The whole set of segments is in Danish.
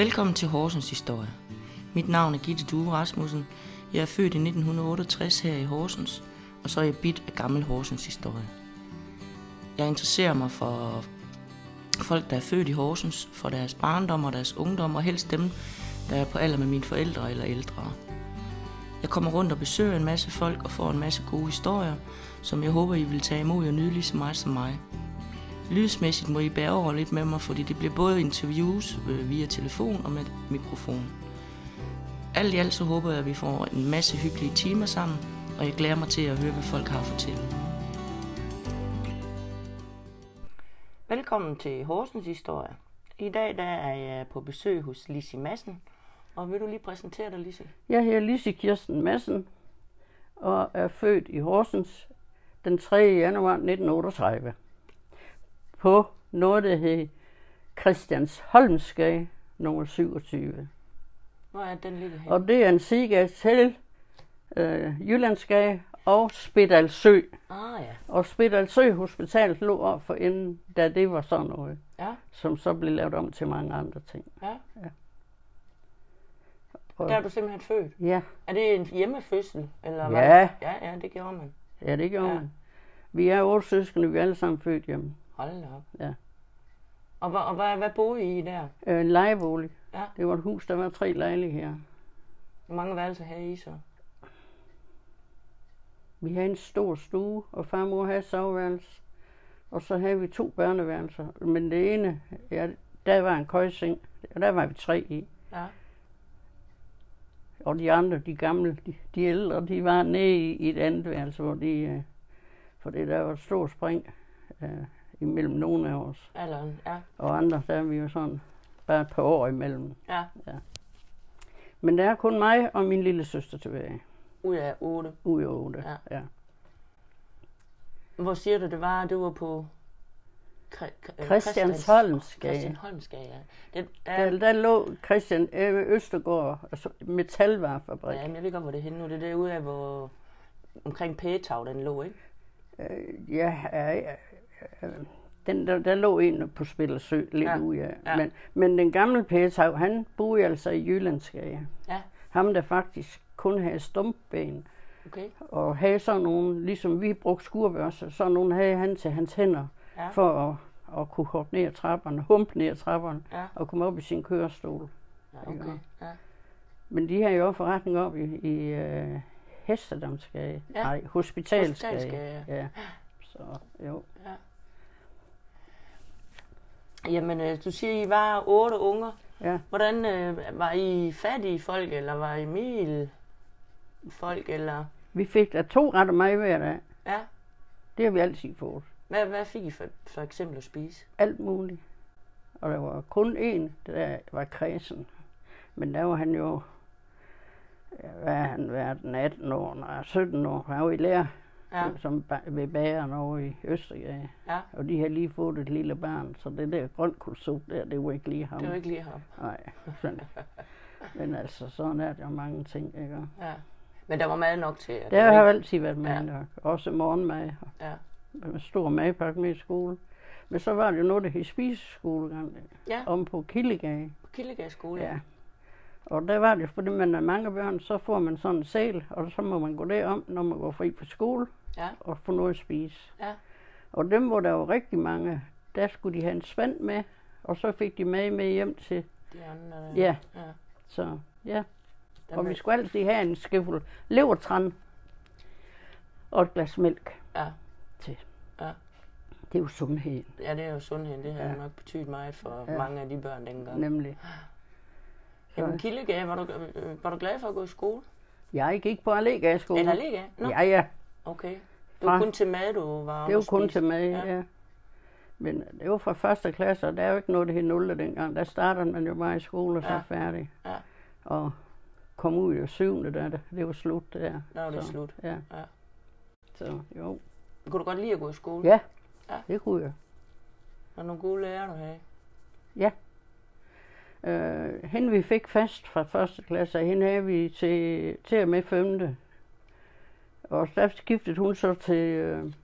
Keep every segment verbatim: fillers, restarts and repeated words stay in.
Velkommen til Horsens Historie. Mit navn er Gitte Due Rasmussen. Jeg er født i nitten otteogtres her i Horsens, og så er jeg bit af gammel Horsens historie. Jeg interesserer mig for folk, der er født i Horsens, for deres barndom og deres ungdom, og helst dem, der er på alder med mine forældre eller ældre. Jeg kommer rundt og besøger en masse folk og får en masse gode historier, som jeg håber, I vil tage imod og nyde lige så meget som mig. Lydsmæssigt må I bære over lidt med mig, fordi det bliver både interviews via telefon og med mikrofon. Alt i alt så håber jeg, at vi får en masse hyggelige timer sammen, og jeg glæder mig til at høre, hvad folk har at fortælle. Velkommen til Horsens Historie. I dag der er jeg på besøg hos Lissi Madsen. Og vil du lige præsentere dig, Lissi? Jeg hedder Lissi Kirsten Madsen og er født i Horsens den tredje januar nitten otteogtredive på noget, der hed Christiansholmsgade nummer syvogtyve. Hvor er den ligger her? Og det er en sidegade til øh, Jyllandsgade og Spedalsø. Ah ja. Og Spedalsø Hospital lå op for inden, da det var sådan noget, Ja. som så blev lavet om til mange andre ting. Ja. Ja. Og der er du simpelthen født? Ja. Er det en hjemmefødsel? Eller hvad? Ja. Ja, ja, det gjorde man. Ja, det gjorde Ja. man. Vi er otte søskende, vi er alle sammen født hjemme. Hold da op. Ja. Og, hvad, og hvad, hvad boede I i der? Øh, En lejebolig. Ja. Det var et hus, der var tre lejligheder. Hvor mange værelser havde I så? Vi havde en stor stue, og far og mor havde soveværelse. Og så havde vi to børneværelser. Men det ene, ja, der var en køjeseng, og der var vi tre i. Ja. Og de andre, de gamle, de, de ældre, de var nede i, i et andet værelse, hvor de... Øh, for det der var et stort spring øh, imellem nogle af os. Alderen, ja. Og andre, der er vi jo sådan bare et par år imellem. Ja. Ja. Men der er kun mig og min lille søster tilbage. Ud af otte. Ud af otte, Ja. ja. Hvor siger du, det var? Det var på... Kri- Christiansholmsgade. Christiansholmsgade, ja. Det, der, Der, der lå Christian øh, Østergaard, altså metalvarefabrik. ja, men jeg ved godt, hvor det er henne nu. Det er derude af, hvor... Omkring Pægetag, den lå, ikke? Øh, ja, ja, ja, ja. Den, der, der lå en på Spedalsø, lidt Ja. ude af. Ja. Men, men den gamle Pægetag, han boede altså i Jyllandsgade. Ja. Ham, der faktisk kun havde stumpben. Okay. Og havde sådan nogle, ligesom vi brugte skurbørser, sådan nogle havde han til hans hænder, Ja. for at, at kunne hoppe ned ad trapperne, humpe ned ad trapperne, Ja. og komme op i sin kørestol. Ja, okay. Ja. Men de har jo også forretning op i, i uh, Hesterdamsgade, Ja. nej, Hospitalsgade. Hospitalsgade, ja. Så jo. Ja. Jamen, øh, du siger, I var otte unger. Ja. Hvordan øh, var I fattige folk, eller var I mild folk, eller... Vi fik da to retter mad hver dag. Ja. Det har vi altid fået. Hvad, hvad fik I for, for eksempel at spise? Alt muligt. Og der var kun én, der var kredsen. Men der var han jo, ja, hvad har han været, atten år, nej, sytten år. Han var i lærer, Ja. som, som ba- ved bageren over i Østergade. Ja. Og de havde lige fået et lille barn, så det der grønkulsup der, det var ikke lige ham. Det var ikke lige ham. Nej, sådan. Men altså, sådan er der jo mange ting, ikke? Ja. Men der var mad nok til jer. Der var har ikke- altid været mad Ja. nok. Også morgenmad. Ja. Med stor madpakke med i skole. Men så var det jo noget, der hed spiseskolegang. Ja, Om på Kildegade. på Kildegade skole. Ja. Og der var det, fordi man er mange børn, så får man sådan en sæl, og så må man gå derom, når man går fri fra skole, Ja. og få noget at spise. Ja. Og dem, hvor der var rigtig mange, der skulle de have en spand med, og så fik de mad med hjem til. De andre, der- Ja. ja. Så ja. Den Og med- vi skulle altid have en skefuld levertran og et glas mælk Ja. til. Ja. Det er jo sundhed, Ja, det er jo sundhed. Det har Ja. ja. nok betydet meget for Ja. ja. mange af de børn dengang. nemlig. Jamen, Kildegade, var du, øh, var du glad for at gå i skole? Jeg gik på Allégade-skole. Eller Allégade? Nå, Ja, ja. okay. Det var Fra- kun til mad, du var Det var oppe kun at til spise. mad, ja. ja. Men det var fra første klasse, og der er jo ikke noget, der hed nulte dengang. Der startede man jo bare i skole og så Ja. færdig. Ja. Og kom ud i syvende, der, det var slut der. Der var det så, slut. Ja. Ja. Så jo. Kunne du godt lide at gå i skole? Ja, Ja. det kunne jeg. Var der nogle gode lærere, du havde? Øh, hende vi fik fast fra første klasse, hende havde vi til, til og med femte. Og der skiftede hun så til øh,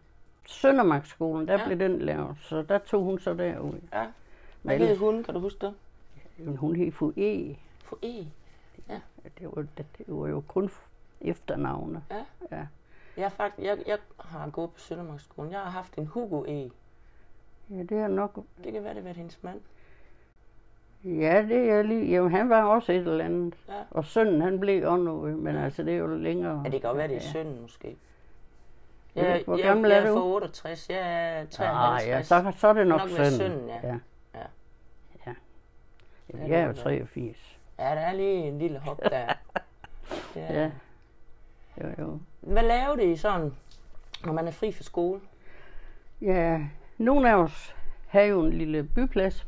Søndermarksskolen, der Ja. ja. blev den lavet. Så der tog hun så derud. Ja. Hvad hed hun? Kan du huske det? Jamen, hun hed Fru E. Fru E? Ja. Det var, det, det var jo kun efternavne. Ja. Ja. Jeg, faktisk, jeg, jeg har gået på Søndermarkskolen. Jeg har haft en Hugo E. Ja, det er nok... Det kan være, det har været hendes mand. Ja, det er lige... Jamen, han var også et eller andet. Ja. Og sønnen, han blev også noget, men altså, det er jo længere... Ja, det kan godt være, det er sønnen måske. Ja, Jeg, hvor jeg, gammel jeg er er du? for otteogtres, jeg er Ah, treoghalvtreds. ja, så, så er det nok, nok sønnen. sønnen, ja. Ja. Ja. Ja. Ja, Jeg er jo det er treogfirs. Ja, der er lige en lille hop der. Ja. Ja. Jo, jo. Hvad laver det I sådan, når man er fri fra skole? Ja, nogle af os havde jo en lille byplads.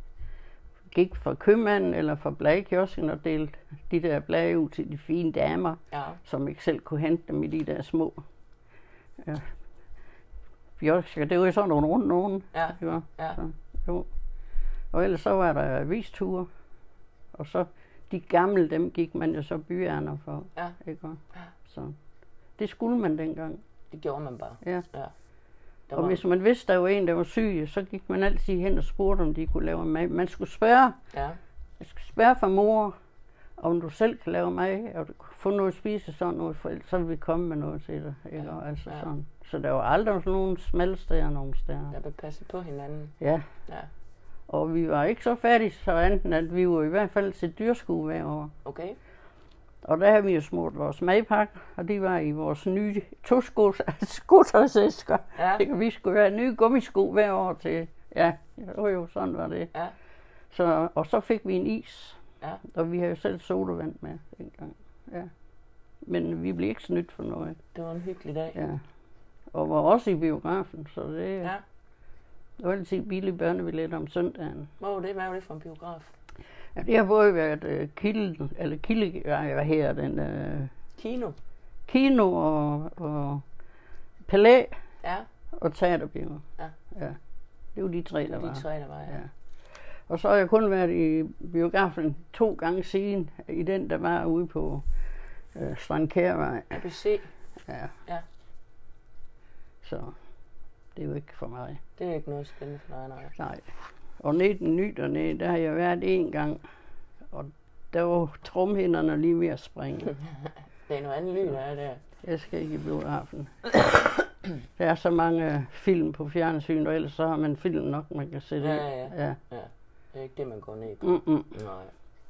Gik fra købmanden eller fra bladkiosken og delte de der blade ud til de fine damer, Ja. som ikke selv kunne hente dem i de der små. Ja. Kiosker, det var jo sådan nogle rundt nogen. Ja. Jo. Ja. Så, jo. Og ellers så var der avisture. Og så de gamle, dem gik man jo så byærner for. Ja. Ikke? Ja. Så det skulle man dengang. Det gjorde man bare. Ja. Ja. Der Og var... hvis man vidste, der var en, der var syg, så gik man altid hen og spurgte, om de kunne lave mad. Man skulle spørge, Ja. man skulle spørge fra mor, om du selv kan lave mad, og du kan få noget at spise, sådan noget, for ellers så vil vi komme med noget til dig. Ikke? Ja. Altså Ja. sådan. Så der var aldrig sådan nogle smalsteder nogen steder. Der blev passet på hinanden. Ja, Ja. og vi var ikke så fattige så enten, at vi var i hvert fald til dyrskue hver år. Okay. Og der havde vi jo smurt vores madpakker, og de var i vores nye to-skotøjsæsker. Ja. Vi skulle have nye gummisko hver år til, ja, jo jo, sådan var det. Ja. Så, og så fik vi en is, Ja. og vi havde jo selv sodavand med dengang. Ja. Men vi blev ikke snydt for noget. Det var en hyggelig dag. Ja. Og var også i biografen, så det, Ja. det var altid billige børnebilletter om søndagen. Hvad var det? Hvad var det for en biograf? Ja, det har både været uh, Kilde, eller Kilde, hvad her den, uh, Kino. Kino og, og Palæ Ja. og Teaterbio. Ja. Ja. Det var de tre, Det der var var. de tre, der var, ja. Ja. Og så har jeg kun været i biografen to gange siden, i den, der var ude på uh, Strandkærvej. A B C. Ja. Ja. Så det er jo ikke for mig. Det er ikke noget spændende for dig, nej. Nej. Og nede i den nye dernede, der har jeg været en gang, og der var tromhænderne lige ved at springe. Det er noget andet lyd, der er der. Jeg skal ikke i biografen. Der er så mange film på fjernsyn, og ellers så har man film nok, man kan sætte Ja, ind. ja, Ja. ja. Det er ikke det, man går ned på. Mm-mm. Nej.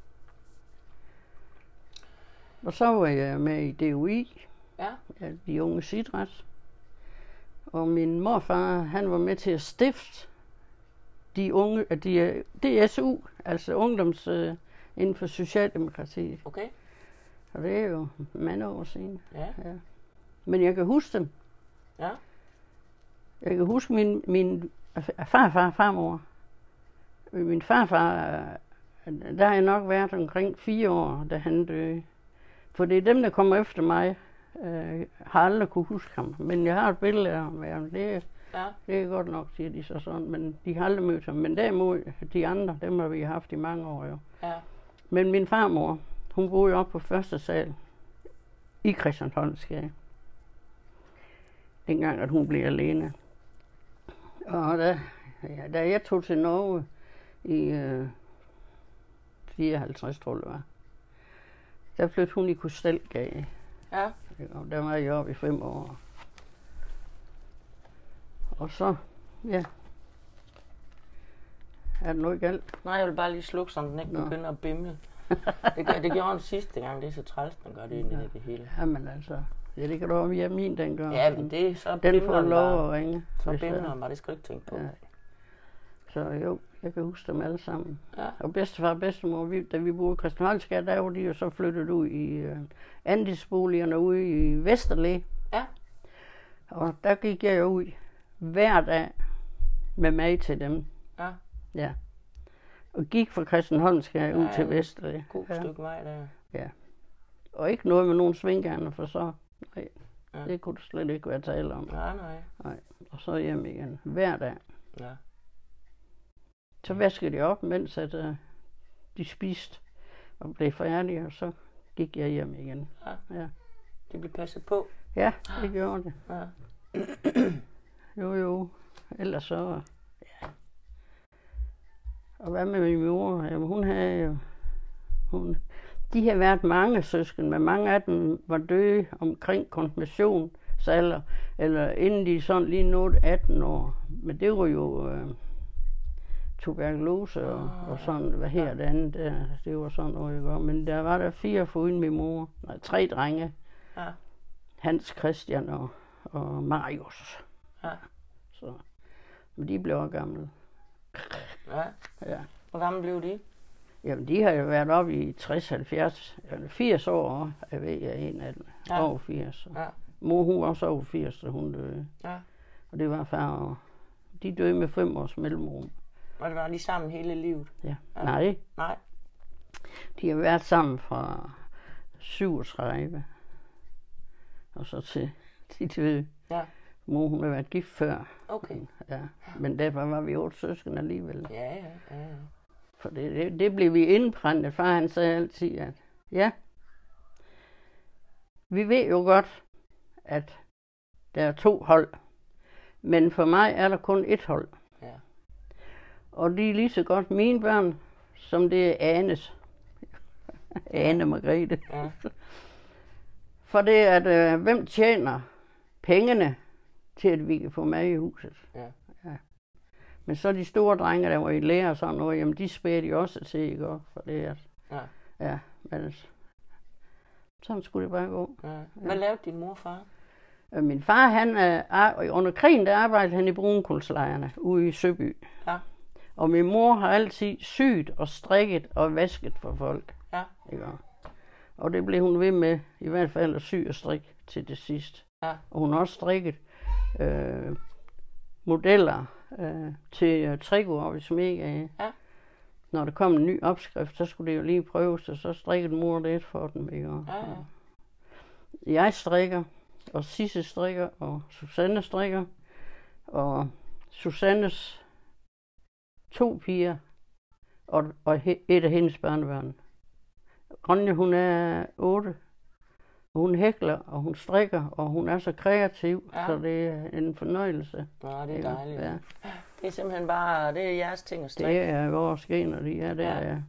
Og så var jeg med i D U I, Ja. ja, de unge idræt. Og min morfar, han var med til at stifte de unge, de, D S U, altså ungdoms uh, inden for Socialdemokratiet. Okay. Og det er jo mange år siden. Ja. Ja. Men jeg kan huske dem. Ja. Jeg kan huske min, min farfar og farmor. Min farfar, der har jeg nok været omkring fire år, da han døde. For det er dem, der kommer efter mig. Jeg har aldrig kunne huske ham. Men jeg har et billede af ham. Ja, det, er, Ja. det er godt nok, siger de så sådan. Men de har aldrig mødt ham. Men derimod, de andre, dem har vi haft i mange år jo. Ja. Men min farmor, hun boede oppe på første sal i Christiansholmsgade. Dengang, at hun blev alene. Og da, ja, da jeg tog til Norge i øh, fireoghalvtreds, tror jeg det var, der flyttede hun i Kostelgade. Ja. Og der var jeg oppe i fem år. Og så, ja. Er der noget galt? Nej, jeg vil bare lige slukke, så den ikke Nå. begynder at bimle. Det, gør, det gjorde den sidste gang. Det er så træls, man gør det ind i det, det hele. Jamen altså, ja, det kan du også via min, den gør. Ja, men det er så Den bimler får den lov bare. at ringe. Så hvis bimler der- den bare, det skal du ikke tænke på. Ja. Så jo, jeg kan huske dem alle sammen. Ja. Og bedstefar og bedstemor, vi, da vi boede i Christiansholmsgade, der var de jo så flyttet ud i øh, andelsboligerne ude i Vesterlæ. Ja. Og der gik jeg jo ud hver dag med mad til dem. Ja. Ja. Og gik fra Christiansholmsgade ud Ja, til ja. Vesterlæ. God Ja. stykke vej der. Ja. Og ikke noget med nogen svingærner, for så, nej, Ja. det kunne det slet ikke være tale om. Nej, nej. Nej. Og så hjem igen, hver dag. Ja. Så vaskede de op, mens at, uh, de spiste og blev færdige, og så gik jeg hjem igen. Ja. Ja, Det bliver passet på. ja det gjorde det. Ja. Jo, jo. Ellers så, ja. Og hvad med min mor? Jamen, hun havde jo... Hun, de har været mange søsken, men mange af dem var døde omkring konfirmationsalder, eller inden de sådan lige nåede atten år. Men det var jo øh, tuberkulose og, oh, og sådan, hvad her det andet, der, det var sådan noget, ikke? Men der var der fire foruden min mor, nej, tre drenge. Ja. Hans, Christian og, og Marius. Ja. Så, men de blev også gamle. Ja. Ja. Hvor gamle blev de? Jamen, de har jo været oppe i tres, halvfjerds, eller firs år, jeg ved, jeg er en af dem, ja. Over firs. Ja. Mor, hun var også over firs, da hun døde. Ja. Og det var far og... De døde med fem års mellemrum. Og det var de sammen hele livet? Ja. Ja. Nej. Nej. De har været sammen fra syvogtredive. Og så til de døde. Ja. Mor, hun har været gift før. Okay. Ja. Men derfor var vi otte søsken alligevel. Ja, ja, ja. For det, det, det blev vi indpræntet. Far han sagde altid, at ja, vi ved jo godt, at der er to hold. Men for mig er der kun et hold. Ja. Og de er lige så godt mine børn, som det er Anes. Ane Margrethe. Ja. For det er, at øh, hvem tjener pengene til, at vi kan få mad i huset. Ja. Ja. Men så de store drenge, der var i lære og sådan noget, jamen de spærer de også til, ikke? For det er, ja. Ja, men altså, sådan skulle det bare gå. Ja. Hvad ja. Lavede din mor og far? Min far, han er, under krigen, der arbejdede han i brunkulslejrene ude i Søby. Ja. Og min mor har altid syet og strikket og vasket for folk. Ja. Ikke? Og det blev hun ved med, i hvert fald at sy og strikke til det sidste. Ja. Og hun har også strikket øh, modeller øh, til uh, trikot og smæk. Ja. Når der kom en ny opskrift, så skulle det jo lige prøves, og så strikkede mor det for dem. Ikke? Ja, ja. Jeg strikker, og Sisse strikker, og Susanne strikker, og Susannes to piger, og, og et af hendes børnebørn. Ronja, hun er otte. Hun hækler, og hun strikker, og hun er så kreativ, ja. Så det er en fornøjelse. Ja, det er dejligt. Ja. Det er simpelthen bare, det er jeres ting at strikke. Det er vores gener, de er der, ja. Ja.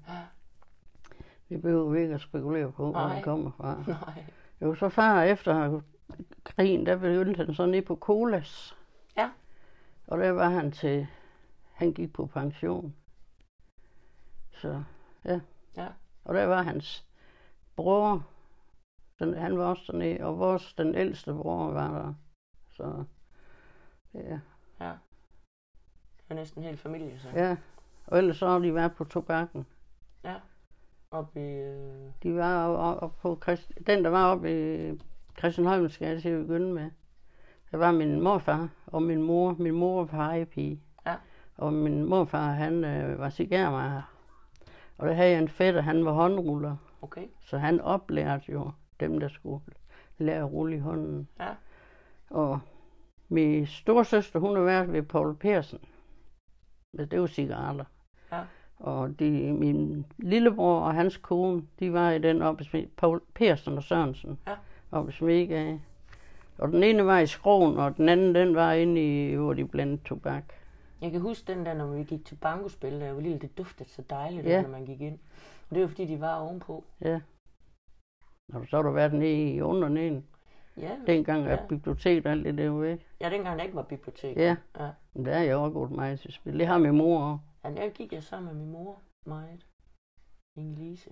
Det behøver vi ikke at spekulere på, hvor det kommer fra. Nej. Jo, så far efter krigen, der begyndte han så ned på Colas. Ja. Og der var han til, han gik på pension. Så, ja. Ja. Og der var hans bror, den, han var også dernede, og vores, den ældste bror var der. Så, ja. Ja. Det var næsten hele familie, så. Ja, og ellers så har de været på Tobakken. Ja. Oppe i... Øh... De var oppe op på Christ... Den, der var oppe i Christianholmsgade til at begynde med. Der var min morfar og min mor. Min mor var hejepige. Ja. Og min morfar, han øh, var cigarmager. Og der havde jeg en fætter, han var håndruller. Okay. Så han oplærte jo dem, der skulle lære at rulle i hånden. Ja. Og min storsøster, hun har været ved Paul Persen. Men det var cigaretter. Ja. Og de, min lillebror og hans kone, de var i den oppe i Paul Persen og Sørensen. Ja. Oppe i Smedegade. Og den ene var i Skroen, og den anden, den var inde i, hvor de blandede tobak. Jeg kan huske den der, når vi gik til bankospil, der var lille, det duftede så dejligt, ja. Når man gik ind. Og det var fordi, de var ovenpå. Ja. Og så har du været nede i underneden. Ja. Dengang ja. At biblioteket og alt det der var væk. Ja, dengang der ikke var bibliotek. Ja. Ja. Men der er jeg også gået meget til spil. Det har min mor også. Ja, der gik jeg sammen med min mor meget. Inge-Lise.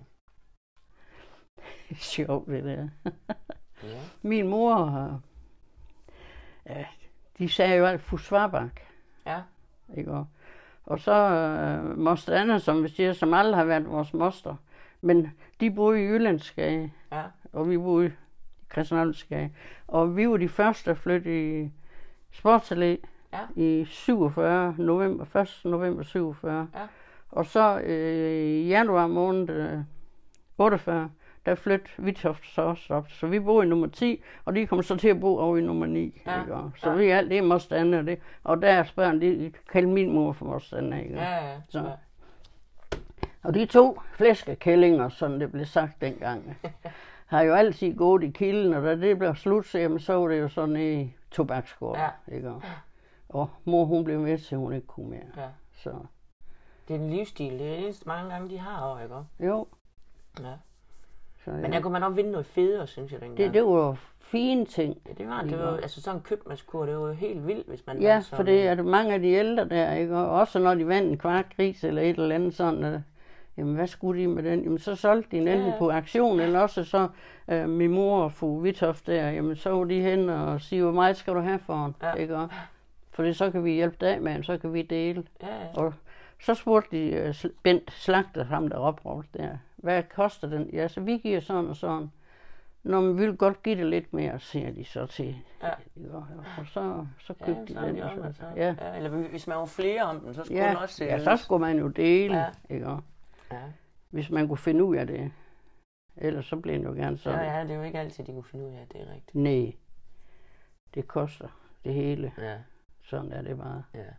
Sjovt det der. Ja. Min mor, ja, de sagde jo alt Fusvarbak. Ja. Ikke? Og, og så uh, moster Anna, som vi siger, som alle har været vores moster. Men de boede i Jyllandsgade, ja. Og vi boede i Christianholmsgade. Og vi var de første, der flyttede i Sportsalé ja. I syvogfyrre, november, første november syvogfyrre. Ja. Og så øh, i januar måned øh, otteogfyrre, der flyttede Vitoft så også op. Så vi boede i nummer ti, og de kom så til at bo over i nummer ni. Ja. Ikke? Så ja. Vi alt det er modstander, det. Og der spørger de, kaldte min mor for modstander. Ikke? Ja, ja. Så. Ja. Og de to flæskekællinger, som det blev sagt dengang, har jo altid gået i kilden, og da det blev slut, så, så var det jo sådan i tobaksskål. Ja. Ikke? Og mor, hun blev med til, hun ikke kunne mere. Ja. Så. Det er en livsstil. Det er det eneste mange gange, de har over, ikke? Jo. Ja. Så, ja. Men der kunne man også vinde noget federe, synes jeg, dengang. Det, det var jo fine ting. Ja, det var det. Var, altså sådan en købmandskur, det var jo helt vildt, hvis man... Ja, sådan, for det er det mange af de ældre der, ikke? Og også når de vandt en kvart gris eller et eller andet sådan, at, jamen hvad skulle de med den? Jamen så solgte de den enten ja. på aktion, eller også så øh, min mor og fru Vitoft der, jamen så var de hen og sige, hvor meget skal du have for den, ja. ikke? Og, fordi så kan vi hjælpe dig med den, så kan vi dele. Ja, ja. Og så spurgte de uh, Bent Slagter, ham der opråbte der, hvad koster den? Ja, så vi giver sådan og sådan. Nå, men vi vil godt give det lidt mere, siger de så til. Ja. Og så, så købte ja, de den. De så. altså. Ja. Ja, eller hvis man var flere om den, så skulle ja. man også sælges. Ja, så skulle man jo dele, ja. ikke? Ja. Hvis man kunne finde ud af det. Ellers så blev det jo gerne sådan. Ja, ja, det er jo ikke altid, de kunne finde ud af, det er rigtigt. Nej, det koster det hele. Ja. Sådan er det bare. Ja.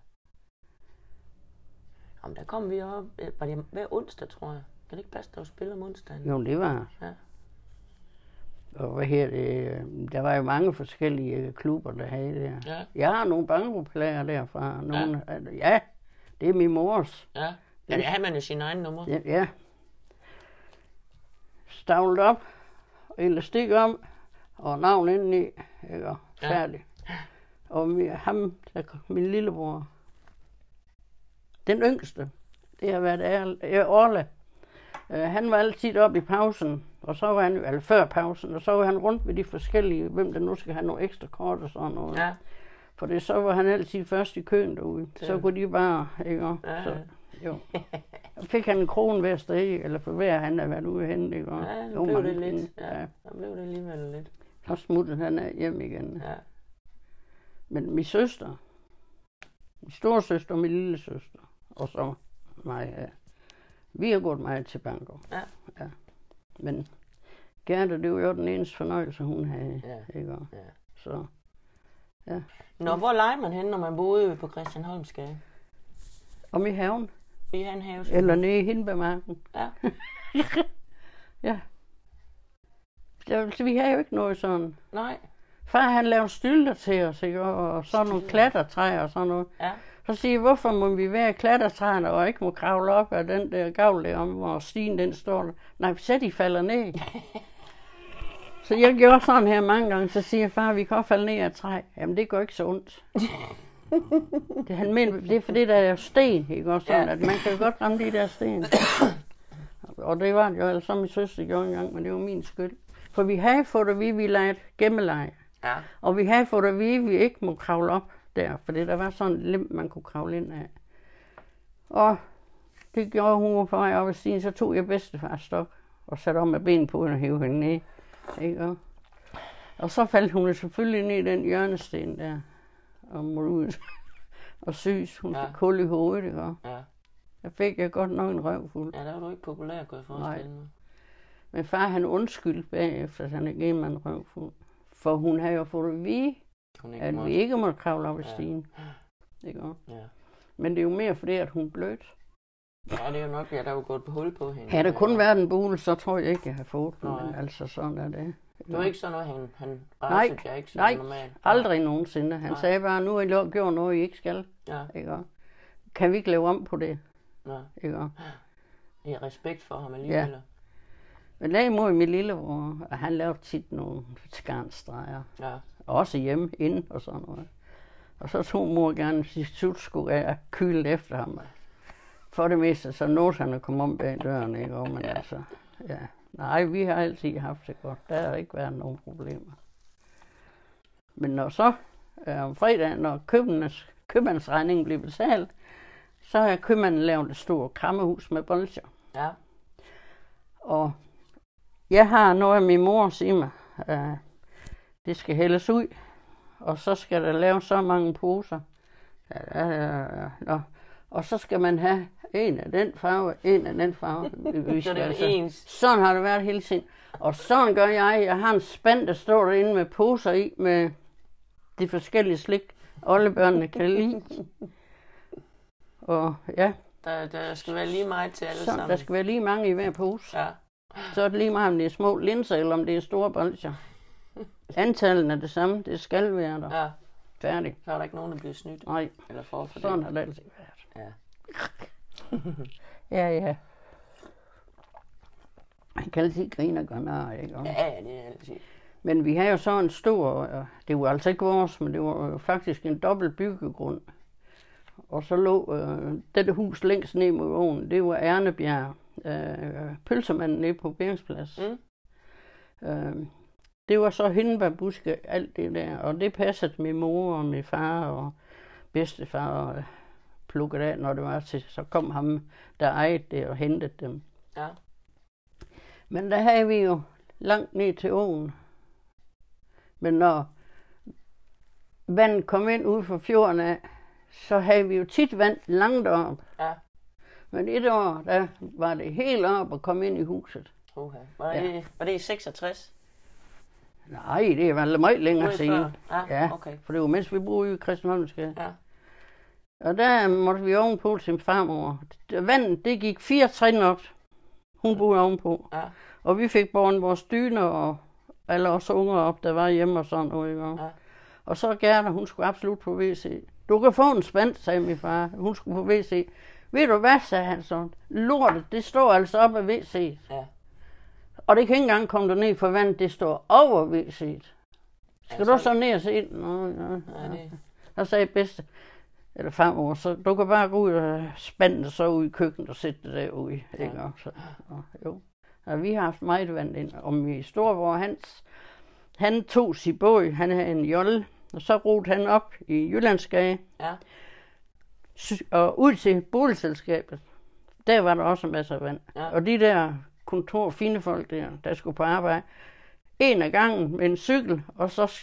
Jamen, der kom vi op, var det hver onsdag, tror jeg. Kan det ikke passe, der var spil om onsdagen? Jo, det var. Ja. Og hvad her det, der var jo mange forskellige klubber, der havde det her. Ja. Jeg har nogle bankoplader derfra. Nogle, ja. ja, det er min mors. Ja, ja det har man jo sin egen nummer. Ja, ja. Stavlet op, elastik om, og navn indeni, ikke? Færdig. Ja. Og min, ham, der, min lillebror, den yngste, det har været Orla. Uh, han var altid oppe i pausen, og så var han jo, eller før pausen, og så var han rundt med de forskellige, hvem der nu skal have nogle ekstra kort og sådan noget. Ja. For det, så var han altid først i køen derude. Det. Så kunne de bare, ikke? Ja. Så, jo. Så fik han en krone hver sted, eller for hver han havde været ude hen, ikke? Ja, jo, blev man, det lidt. Ja, ja. der blev det alligevel lidt. Så smuttede han af hjem igen. Ja. Men min søster, min storesøster og min lille søster, og så mig, ja. Vi har gået meget til banko. Ja. Ja. Men Gerda, det var jo den eneste fornøjelse, hun havde. Ja. Ikke? Ja. Så, ja. Nå, hvor legede man henne, når man boede på Christianholmsgade? Om i haven. I en have? Eller nede i Hindbergmarken. Ja. ja. Så vi havde jo ikke noget sådan. Nej. Far han lavede stylter til os, ikke? Og sådan nogle klatretræer og sådan noget. Ja. Så siger jeg, hvorfor må vi være i klatretræerne og ikke må kravle op af den der gavl der om, hvor stien den står der? Nej, så de falder ned. Så jeg gjorde sådan her mange gange, så siger jeg, far, vi kan også falde ned af et træ. Jamen, det går ikke så ondt. det, han mener, det er fordi, der er sten, ikke? Og sådan, ja. At man kan jo godt ramme de der sten. Og det var det jo, altså som min søster gjorde engang, men det var min skyld. For vi havde fået at vide, vi legede gemmeleje. Ja. Og vi havde fået at vide, at vi ikke må kravle op der, fordi der var sådan en lim, man kunne kravle ind af. Og det gjorde hun for mig op ad stien, så tog jeg bedstefars stok og satte om med ben på hende og hævde hende ned. Ikke? Og, og så faldt hun selvfølgelig ned i den hjørnesten der, og måtte ud og sys. Hun ja. fik kul i hovedet, ikke? Ja. Der fik jeg godt nok en røv fuld. Ja, der var du ikke populær, kunne jeg forestille mig. Men far, han undskyldte bagefter, at han ikke gav mig en røv fuld. For hun havde jo fået at vide, at måtte. vi ikke måtte kravle op ad stien. Ja. Ikke? Ja. Men det er jo mere fordi, at hun blødt. Ja, det er jo nok, ja, der er jo gået på hul på hende. Havde der kun været en bule, så tror jeg ikke, jeg har fået den. Men altså, sådan er det. Det var ikke sådan noget, han, han nej, jeg ikke så nej, normalt. aldrig nogensinde. Han nej. sagde bare, nu har I gjort noget, I ikke skal. Ja. Ikke? Kan vi ikke lave om på det? Ja. Ikke? I har respekt for ham alligevel. Ja. Men derimod min lillebror, og han lavede tit nogle skarnstreger. Ja. Også hjemme, inde og sådan noget. Og så tog mor gerne sit sutsko af kylet efter ham. For det meste, så nåede han at komme om bag døren, ikke? Og, men ja. altså, ja. Nej, vi har altid haft det godt. Der har ikke været nogen problemer. Men når så øh, om fredagen, når købmands, købmandsregningen blev betalt, så har købmanden lavet et stort krammehus med bolcher. Ja. Og jeg har noget af min mor siger mig, øh, det skal hældes ud, og så skal der laves så mange poser. Ja, ja, ja, ja. Og så skal man have en af den farve, en af den farve. Vi skal, så det er altså, ens. Sådan har det været hele tiden. Og sådan gør jeg. Jeg har en spand, der står derinde med poser i, med de forskellige slik, alle børnene kan lide. Og ja. Der, der skal være lige meget til alle så, sammen. Der skal være lige mange i hver pose. Ja. Så er det lige meget, om det er små linser, eller om det er store bolcher. Antallet er det samme. Det skal være der. Ja. Færdig. Så er der ikke nogen, der bliver snydt. Nej. Eller for for sådan har det altid været. Ja. Ja, ja. Man kan altid grine og gøre nar, ikke? Ja, ja, det er altid. Men vi har jo så en stor, det var altså ikke vores, men det var jo faktisk en dobbelt byggegrund. Og så lå øh, dette hus længst ned mod åen, det var Ernebjerg, øh, pølsemanden nede på Beringsplads. Mm. Øh, det var så hindbærbuske, alt det der, og det passede med mor og med far og bedstefar og plukket af, når det var til, så kom ham, der ejede det og hentede dem. Ja. Men der havde vi jo langt ned til åen. Men når vandet kom ind ude fra fjorden af, så havde vi jo tit vand langt op. Ja. Men et år, der var det helt op at komme ind i huset. Okay. Var det, ja. Var det i seksogtres? Nej, det var meget længere siden. Ja, ja, okay. For det var mens vi boede i Christiansholmsgade. Ja. Og der måtte vi ovenpå til farmor. Vandet, det gik fire trin op. Hun boede ovenpå. Ja. Og vi fik båret vores dyner og alle os unger op, der var hjemme og sådan noget. Ikke? Ja. Og så Gerda, hun skulle absolut på W C. Du kan få en spand, sagde min far. Hun skulle på W C. Ved du hvad, sagde han så. Lortet, det står altså op af W C'et. Ja. Og det kan ikke engang komme derned for vandet, det står over W C'et. Skal ja, så... du så ned og se den? Nå, ja, ja. Ja, så sagde bedste, eller farmor, så du kan bare gå ud og spande det så ud i køkkenet og sætte det derude. Ja. Ikke? Så, og, jo. Og vi har haft meget vand ind. Og min storebror Hans, han tog sin båd, han havde en jolle, og så rodede han op i Jyllandsgade. Ja. Og ud til boligselskabet. Der var der også masser af vand. Ja. Og de der kontor, fine folk der, der skulle på arbejde, en af gangen med en cykel, og så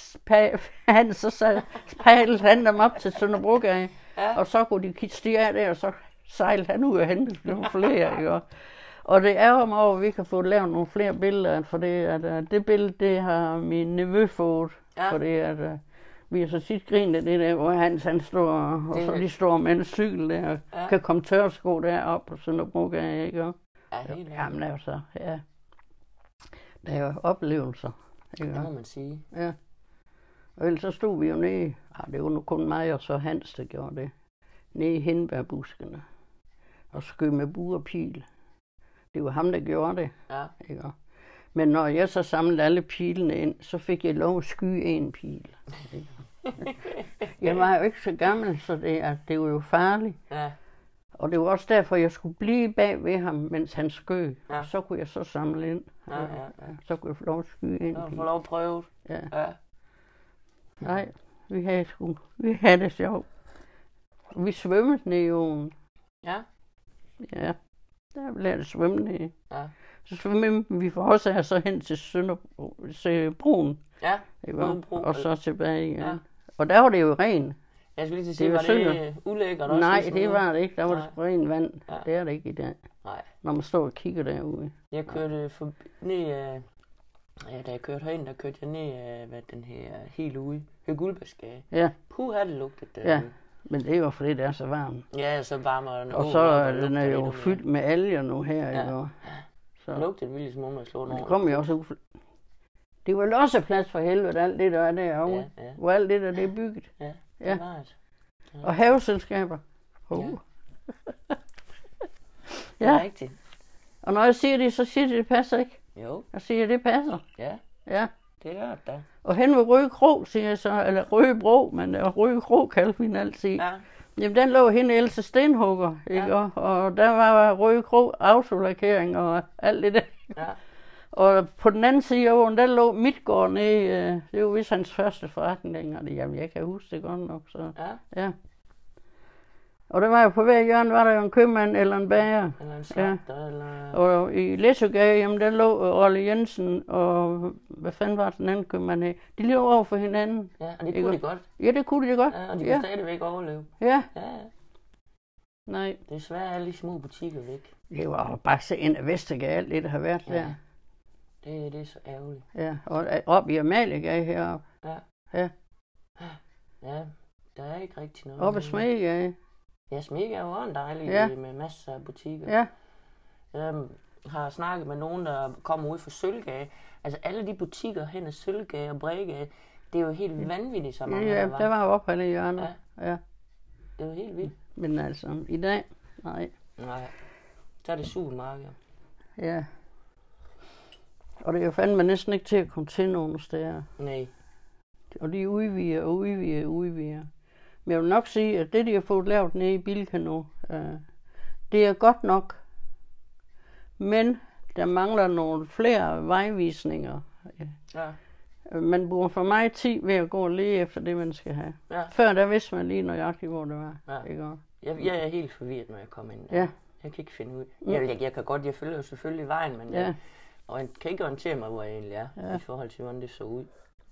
han så padlede han dem op til Sønderbrogade, ja. Og så kunne de stige af der, og så sejlede han ud og hentede nogle flere, ikke? Og det er om over, at vi kan få lavet nogle flere billeder, for det, at, det billede, det har min nevø fået, ja. For det, at uh, vi har så tit grinet af det der, hvor Hans han står, og det, så de står med en cykel der, og ja. Kan komme tørsko derop på Sønderbrogade, ikke? Ja, helt jamen altså, ja. Der er jo oplevelser, ikke? Det må man sige. Ja. Og ellers så stod vi jo nede, ah, det var nu kun mig og så Hans, der gjorde det, nede i hindbærbuskene, og skød med bue og pil. Det var ham, der gjorde det. Ja. Ikke? Men når jeg så samlede alle pilene ind, så fik jeg lov at skyde en pil. Jeg var jo ikke så gammel, så det, at det var jo farligt. Ja. Og det var også derfor, jeg skulle blive bag ved ham, mens han skød. Ja. Så kunne jeg så samle ind. Ja, ja, ja. Så kunne jeg få lov at skyde en pil. Få lov at prøve. Ja. Ja. Nej, vi havde, sgu, vi havde det sjovt. Vi svømmede ned i åen. Ja. Ja. Der blev det svømmende. Ja. Så svømmede vi for os her så hen til Sønderbro, til broen. Ja, bro, og så tilbage igen. Ja. Og der var det jo ren. Jeg skulle lige til at sige, var det øh, ulækkert også? Nej, det var det ikke. Der var det ren vand. Ja. Det er det ikke i dag. Nej. Når man står og kigger derude. Jeg kørte for, ned, øh, ja, da jeg kørte herind, der kørte jeg ned, øh, hvad den her, helt ude. Høgulbæsgade. Ja. Puh, havde det lugtet derude. Ja. Men det er jo fordi, det er så varmt. Ja, så varmere den. Og så er den er jo fyldt med alger nu her. Ja. Ikke? Så det lugtede vildt som om at slå nogen. Det kom jo også ud. Det var også plads for helvede, alt det der er derovre. Ja, ja. Hvor alt det der, det er bygget. Ja, ja. Det var det. Ja. Og haveselskaber. Oh. Ja. Det er rigtigt. Og når jeg siger det, så siger det, det passer ikke. Jo. Jeg siger, det passer. Ja. Ja. Det gør det da. Og hen ved Røde Kro, siger jeg så, eller Røde Bro, men Røde Kro kaldte vi den altid. Ja. Jamen, den lå hen i Else Stenhugger, ikke? Ja. Og, og der var Røde Kro autolakering og alt det der. Ja. Og på den anden side af åen, der lå Midtgård nede, det var vist hans første forretning dengang. Jamen, jeg kan huske det godt nok, så ja. Ja. Og der var jo på hver hjørne, var der jo en købmand eller en bager. Eller en slagter, ja. Eller... Og i Læsøgade, jamen der lå Rolle Jensen og, hvad fanden var den anden købmand her? De lå over for hinanden. Ja, og det kunne de godt. Ja, det kunne de godt. Ja, og de ja. kunne stadigvæk overleve. Ja. Ja. Nej. Desværre er alle de små butikker væk. Det var bare så ind af Vestergade, alt det, der har været ja. Der. Det, det er så ærgerligt. Ja, og op i Amaliegade heroppe. Ja. Ja. Ja, der er ikke rigtig noget. Op ad Smedegade. Ja, Smedegade er jo en dejlig ja. Med masser af butikker. Ja. Jeg har snakket med nogen, der kommer ud fra Sølvgade. Altså alle de butikker hen ad Sølvgade og Bredegade, det er jo helt vanvittigt så mange, ja, der var. Ja, der var jo op på alle hjørner. Ja. Ja. Det var helt vildt. Men altså, i dag, Nej. Nej. Så er det supermarked. Ja. Og det er jo fandme næsten ikke til at komme til nogen steder. Nej. Og de udvider og udvider og udvider. Men jeg vil nok sige, at det, de har fået lavet nede i Bilka nu, øh, det er godt nok. Men der mangler nogle flere vejvisninger. Ja. Man bruger for meget tid ved at gå og lede efter det, man skal have. Ja. Før der vidste man lige nøjagtigt, hvor det var. Ja. Ikke? Jeg, jeg er helt forvirret, når jeg kommer ind der. Ja. Jeg kan ikke finde ud. Jeg, jeg, jeg kan godt, jeg følger jo selvfølgelig vejen, men Ja. jeg, og jeg kan ikke orientere mig, hvor jeg egentlig er, Ja. i forhold til, hvordan det så ud.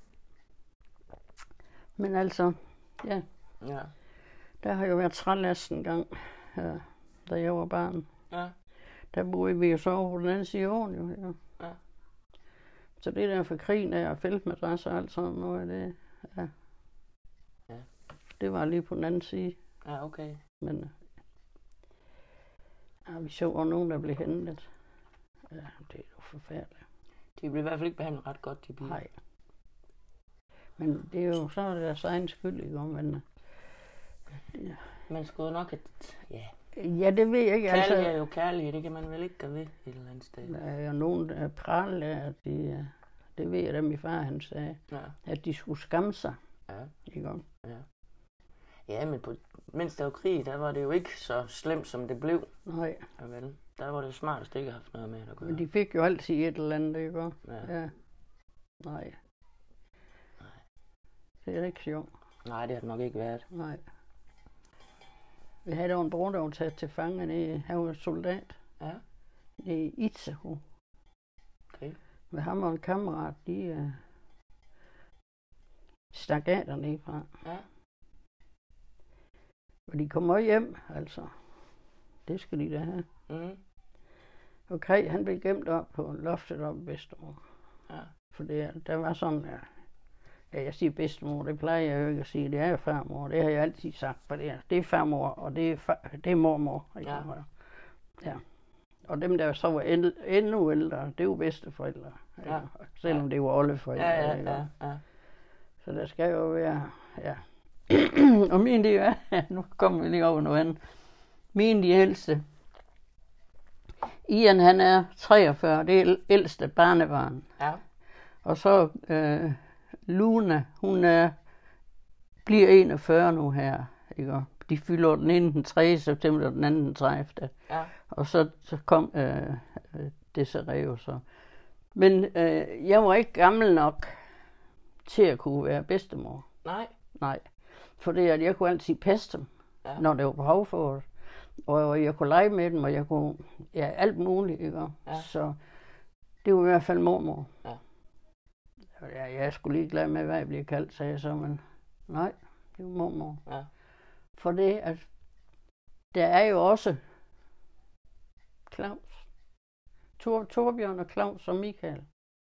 Men altså, ja, Ja. der har jo været trælæst en gang, ja, da jeg var barn. Ja. Der boede vi jo så over på den anden side af åen, jo. Ja. Ja. Så det der for krigen af og feltmadrasser og alt sådan noget, det, ja. Ja. Det var lige på den anden side. Ja, okay. Men ja, vi så også nogen, der blev hentet. Ja, det er jo forfærdeligt. De blev i hvert fald ikke behandlet ret godt, de biler. Nej. Men det er jo så deres egen skyld, ikke om, men ja. Man skulle nok have... Ja. Ja, det ved jeg ikke. Kærlighed Altså, er jo kærlighed, det kan man vel ikke gøre ved et eller andet sted. der er jo nogen, der praler af, at de, det ved jeg, da min far han sagde, Ja. at de skulle skamme sig. Ja. Ikke om? Ja. Ja, men på, mens der var krig, der var det jo ikke så slemt, som det blev. Nej, Ja, vel. Der var det smartest ikke haft noget med at gøre. men de fik jo altid et eller andet, ikke om? Ja. Ja. Nej. Det er ikke sjovt. Nej, det har det nok ikke været. Nej. Vi havde dog en bror, der var taget til fange nede. Han var soldat Ja. nede i Itzehoe. Okay. Med ham og en kammerat, de uh, stak af dernede fra. Ja. Og de kommer hjem, altså. Det skal de da have. Mm. Okay, han blev gemt op på loftet op i bedstemor. Ja. For det, der var sådan, ja, ja, jeg siger bedstemor, det plejer jeg jo ikke at sige, det er jo farmor. Det har jeg altid sagt, for det er, det er farmor, og det er, far, det er mormor. Ikke? Ja. Ja. Og dem, der så var el, endnu ældre, det var bedsteforældre. Ikke? Ja. Selvom det var oldeforældre. Ja, ikke? ja, ja, ja. Så der skal jo være, ja. Og min, det er, nu kommer vi lige over noget andet. Min, de ældste. Ian, han er treogfyrre, det er ældste barnebarn. Ja. Og så øh, Luna, hun er, bliver enogfyrre nu her. Ikke? De fylder den ene den tredje september, og den anden den tredivte Ja. Og så, så kom øh, Desiree jo så. Men øh, jeg var ikke gammel nok til at kunne være bedstemor. Nej. Nej. Fordi at jeg kunne altid passe dem, Ja. når det var behov for det. Og jeg kunne lege med dem, og jeg kunne, ja, alt muligt, ikke? Ja. Så det var i hvert fald mormor. Ja. Ja, jeg skulle lige glad med, hvad jeg bliver kaldt, sagde jeg så, men nej, det var mormor. Ja. For det, at der er jo også Claus. Tor, Torbjørn og Claus og Michael.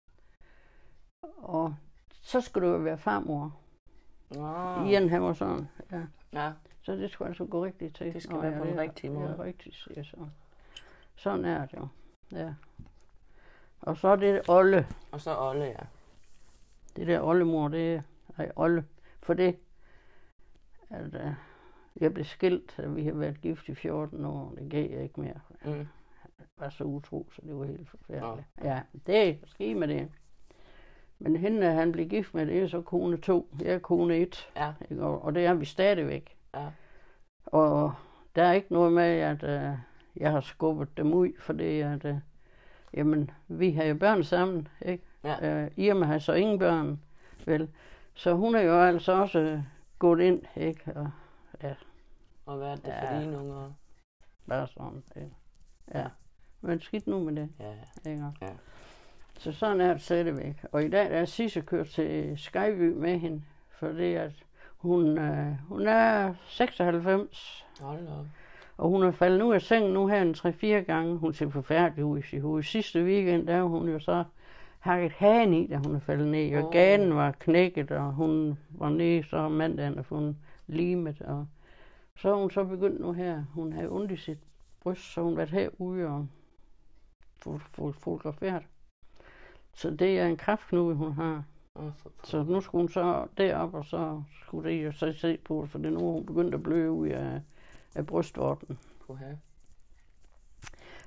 Og så skulle du jo være farmor. Oh. Ian, han var sådan, ja. Ja. Så det skulle altså gå rigtigt til. Det skal Nå, være ja, på den det er- rigtige måde. Det er rigtigt, siger jeg så. Sådan er det jo. Ja. Og så er det Olle. Og så Olle, ja. Det der oldemor, det er ej, Olle. For det, at uh, jeg blev skilt, at vi har været gift i fjorten år. Det gav jeg ikke mere. Mm. Jeg var så utro, så det var helt forfærdeligt. Ja, ja det er ske med det. Men hende, han blev gift med, det er så kone to. Jeg er kone et. Ja. Ikke? Og, og det er vi stadigvæk. Ja. Og der er ikke noget med, at uh, jeg har skubbet dem ud, for det at, uh, jamen, vi har jo børn sammen, ikke? Ja. Uh, Irma har så ingen børn, vel? Så hun er jo altså også uh, gået ind, ikke? Og, ja, Og hvad er det for Ja. dine unger? bare sådan, ikke? Ja. Men skidt nu med det, Ja. ikke? Ja. Så sådan er det stadigvæk. Og i dag der er Sisse kørt til Skyby med hende, for det at hun, uh, hun er seksoghalvfems. Hold op. Og hun er faldet ud af sengen nu her en tre-fire gange. Hun ser forfærdelig ud i sit hoved. Sidste weekend, der var hun jo så hakket hagen i, da hun er faldet ned. Og Åh. ganen var knækket, og hun var nede så om mandagen og fundet limet. Og så er hun så begyndt nu her. Hun havde ondt i sit bryst, så hun har været herude og fotograferet. Så det er en kræftknude, hun har. Åh, for- Så nu skulle hun så derop, og så skulle det jo så se på det, for det nu er hun begyndt at bløde ud af, af brystvorten. Puha.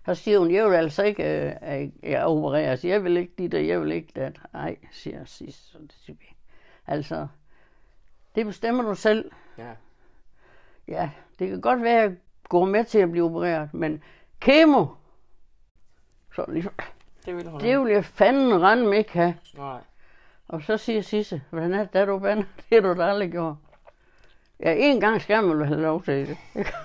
Så siger hun, jeg vil altså ikke øh, jeg opereres. Jeg vil ikke dit, og jeg vil ikke det. Nej, siger jeg sidst. Så det siger vi. Altså, det bestemmer du selv. Ja. Ja, det kan godt være, at jeg går med til at blive opereret, men kemo, så ligesom, Det vil hun det vil jeg fanden rende ikke have. Nej. Og så siger Sisse, hvordan er det, da du bander? Det har du da aldrig gjort. Ja, en gang skal man have lov til det.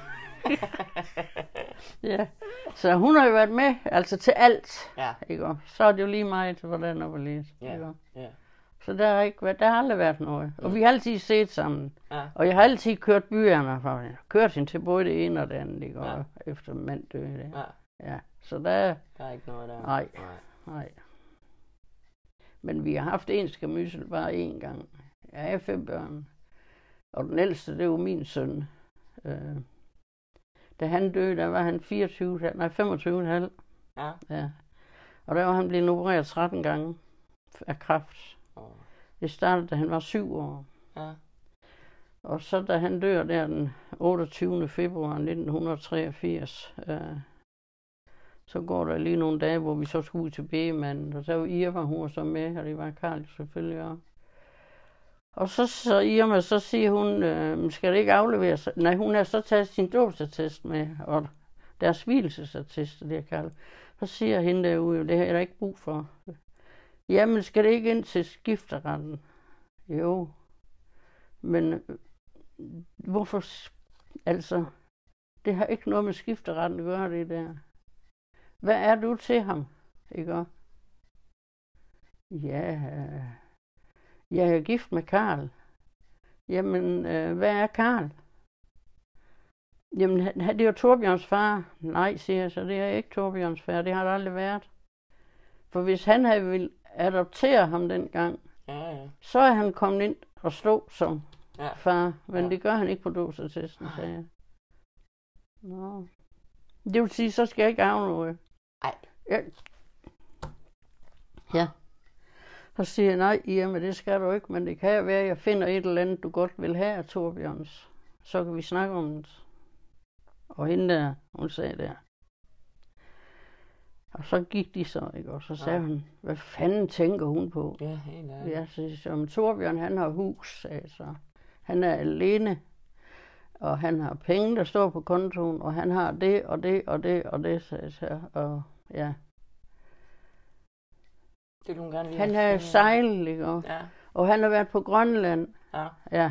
Ja, så hun har jo været med, altså til alt. Ja. Ikke? Så er det jo lige meget, hvordan og hvorledes. Ja. Ja. Så der har, ikke været, der har aldrig været noget. Og vi har altid set sammen. Ja. Og jeg har altid kørt byerne for hende. Kørt hende til både det ene og det andet, ikke? Ja. Og efter mand døde. Ja. Ja, så der... Der er ikke noget der. Nej, Nej. nej. Men vi har haft en skamysel bare én gang. Jeg er fem børn. Og den ældste, det var min søn. Øh, da han døde, der var han fireogtyve, nej femogtyve komma fem. Ja. Ja. Og der var han blevet opereret tretten gange af kræft. Oh. Det startede, da han var syv år. Ja. Og så da han dør der den otteogtyvende februar nitten treogfirs, øh, så går der lige nogle dage, hvor vi så skulle ud til Begemanden. Og så var Irma, hun var så med, og det var Karl selvfølgelig også. Og så, så Irma, så siger hun, øh, skal det ikke afleveres? Nej, hun har så taget sin dåbsattest med, og deres hvielsesattest, det er kaldt. Så siger hende derude, det har jeg da ikke brug for. Jamen, skal det ikke ind til skifteretten? Jo. Men øh, hvorfor? Altså, det har ikke noget med skifteretten at gøre, det der. Hvad er du til ham? Ikke? Ja, øh, jeg er gift med Karl. Jamen, øh, hvad er Karl? Jamen, det er jo Torbjørns far. Nej, siger jeg så, det er ikke Torbjørns far. Det har det aldrig været. For hvis han havde ville adoptere ham dengang, Ja, ja. så er han kommet ind og stå som Ja. far. Men Ja. det gør han ikke på dåbsattesten, sagde jeg. Nå. Det vil sige, så skal jeg ikke arve noget. Ej. Ja. Ja. Så siger jeg, nej, Irma, det skal du ikke, men det kan jo være, at jeg finder et eller andet, du godt vil have af Torbjørns. Så kan vi snakke om det. Og hende der, hun sagde der. Og så gik de så, ikke? Og så sagde Ja. hun, hvad fanden tænker hun på? Ja, helt ærligt. Ja, så siger hun, Torbjørn, han har hus, sagde så. Han er alene, og han har penge, der står på kontoen, og han har det, og det, og det, og det, sagde så. Og ja, Det vil hun gerne lige han have har fundet. sejlet, ikke? Og, Ja. og han har været på Grønland. Ja. Ja.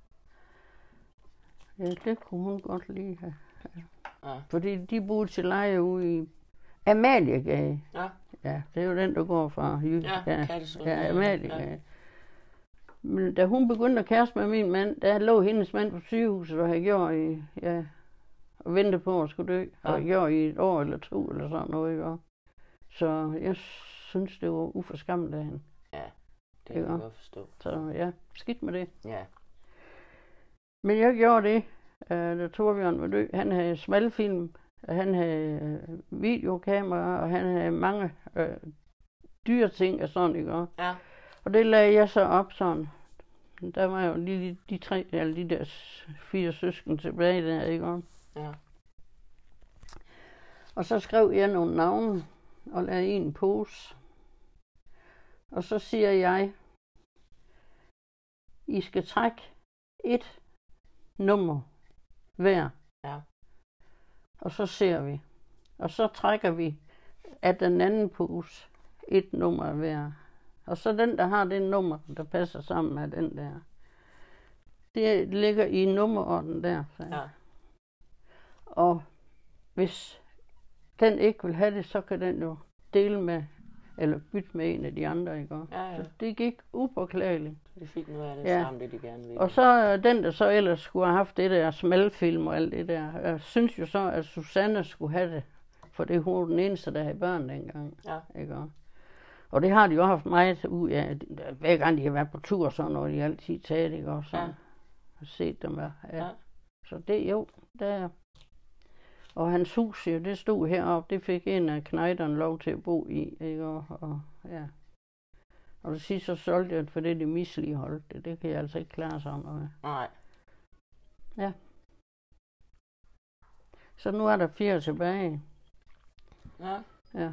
Ja, det kunne hun godt lide have. Ja. Fordi de boede til leje ude i Amaliegade. Ja. Ja, det er jo den, der går fra Jylland. Ja, ja, Kattesund. ja Amaliegade. Men da hun begyndte at kæreste med min mand, der lå hendes mand på sygehuset og havde gjort i, ja, og ventede på at skulle dø. Ja. Og gjort i et år eller to eller sådan noget, ikke? Og så jeg synes, det var uforskammet af hende. Ja, det kan jeg godt forstå. Så ja, skidt med det. Ja. Men jeg gjorde det, øh, da Torbjørn var død. Han havde smalfilm, og han havde øh, videokamera, og han havde mange øh, dyre ting og sådan, ikke? Ja. Og det lagde jeg så op sådan. Der var jo lige de, de tre, eller de der fire søsken tilbage der, ikke? Ja. Og så skrev jeg nogle navne og lagde i en pose. Og så siger jeg, I skal trække et nummer hver. Ja. Og så ser vi. Og så trækker vi af den anden pose et nummer hver. Og så den, der har det nummer, der passer sammen med den der. Det ligger i nummerorden der. Ja. Og hvis den ikke vil have det, så kan den jo dele med, eller bytte med en af de andre, ikke? Ja, ja. Så det gik upåklageligt. Det fik noget af det Ja. samme, det de gerne ville. Og så øh, den, der så ellers skulle have haft det der smalfilm og alt det der, jeg synes jo så, at Susanne skulle have det. For det var den eneste, der havde børn dengang. Ja. Ikke? Og det har de jo haft meget ud af. Hver gang de har været på tur, så når de altid taget, ikke? Og så Ja. har set dem. Ja. Ja. Så det jo, der. Og hans hus, jo, det stod heroppe. Det fik en af knejderne lov til at bo i. Ikke? Og, og, ja. Og det sidste så solgte jeg det, for det de misligeholdt det. Det kan jeg altså ikke klare sådan noget. Nej. Ja. Så nu er der fire tilbage. Ja. Ja.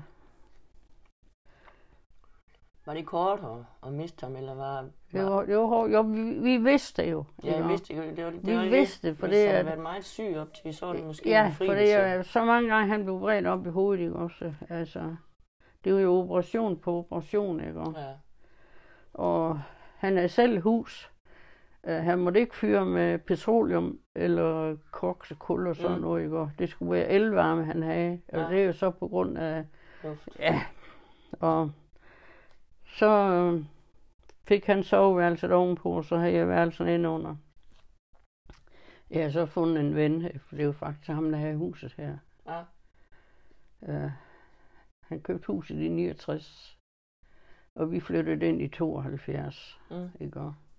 Var det kort at, at miste ham, eller var... var... Jo, jo, jo vi, vi vidste det jo. Ja, jeg vidste det. Det var, det vi var vidste det, for Hvis det han er... havde været meget syg op til, så var det måske ja, en fri for det er så mange gange, han blev bredt op i hovedet, ikke også? Altså, det var jo operation på operation, ikke også? Ja. Og han er selv hus. Uh, han måtte ikke fyre med petroleum eller koks og kul og sådan mm. noget, ikke? Det skulle være elvarme, han havde. Ja. Og det er jo så på grund af... Luft. Ja. Og så øh, fik han soveværelset ovenpå, og så havde jeg værelsen indenunder. Jeg har så fundet en ven, for det er jo faktisk ham, der havde huset her. Ja. Uh, han købte huset i niogtres, og vi flyttede ind i tooghalvfjerds, mm. ikke?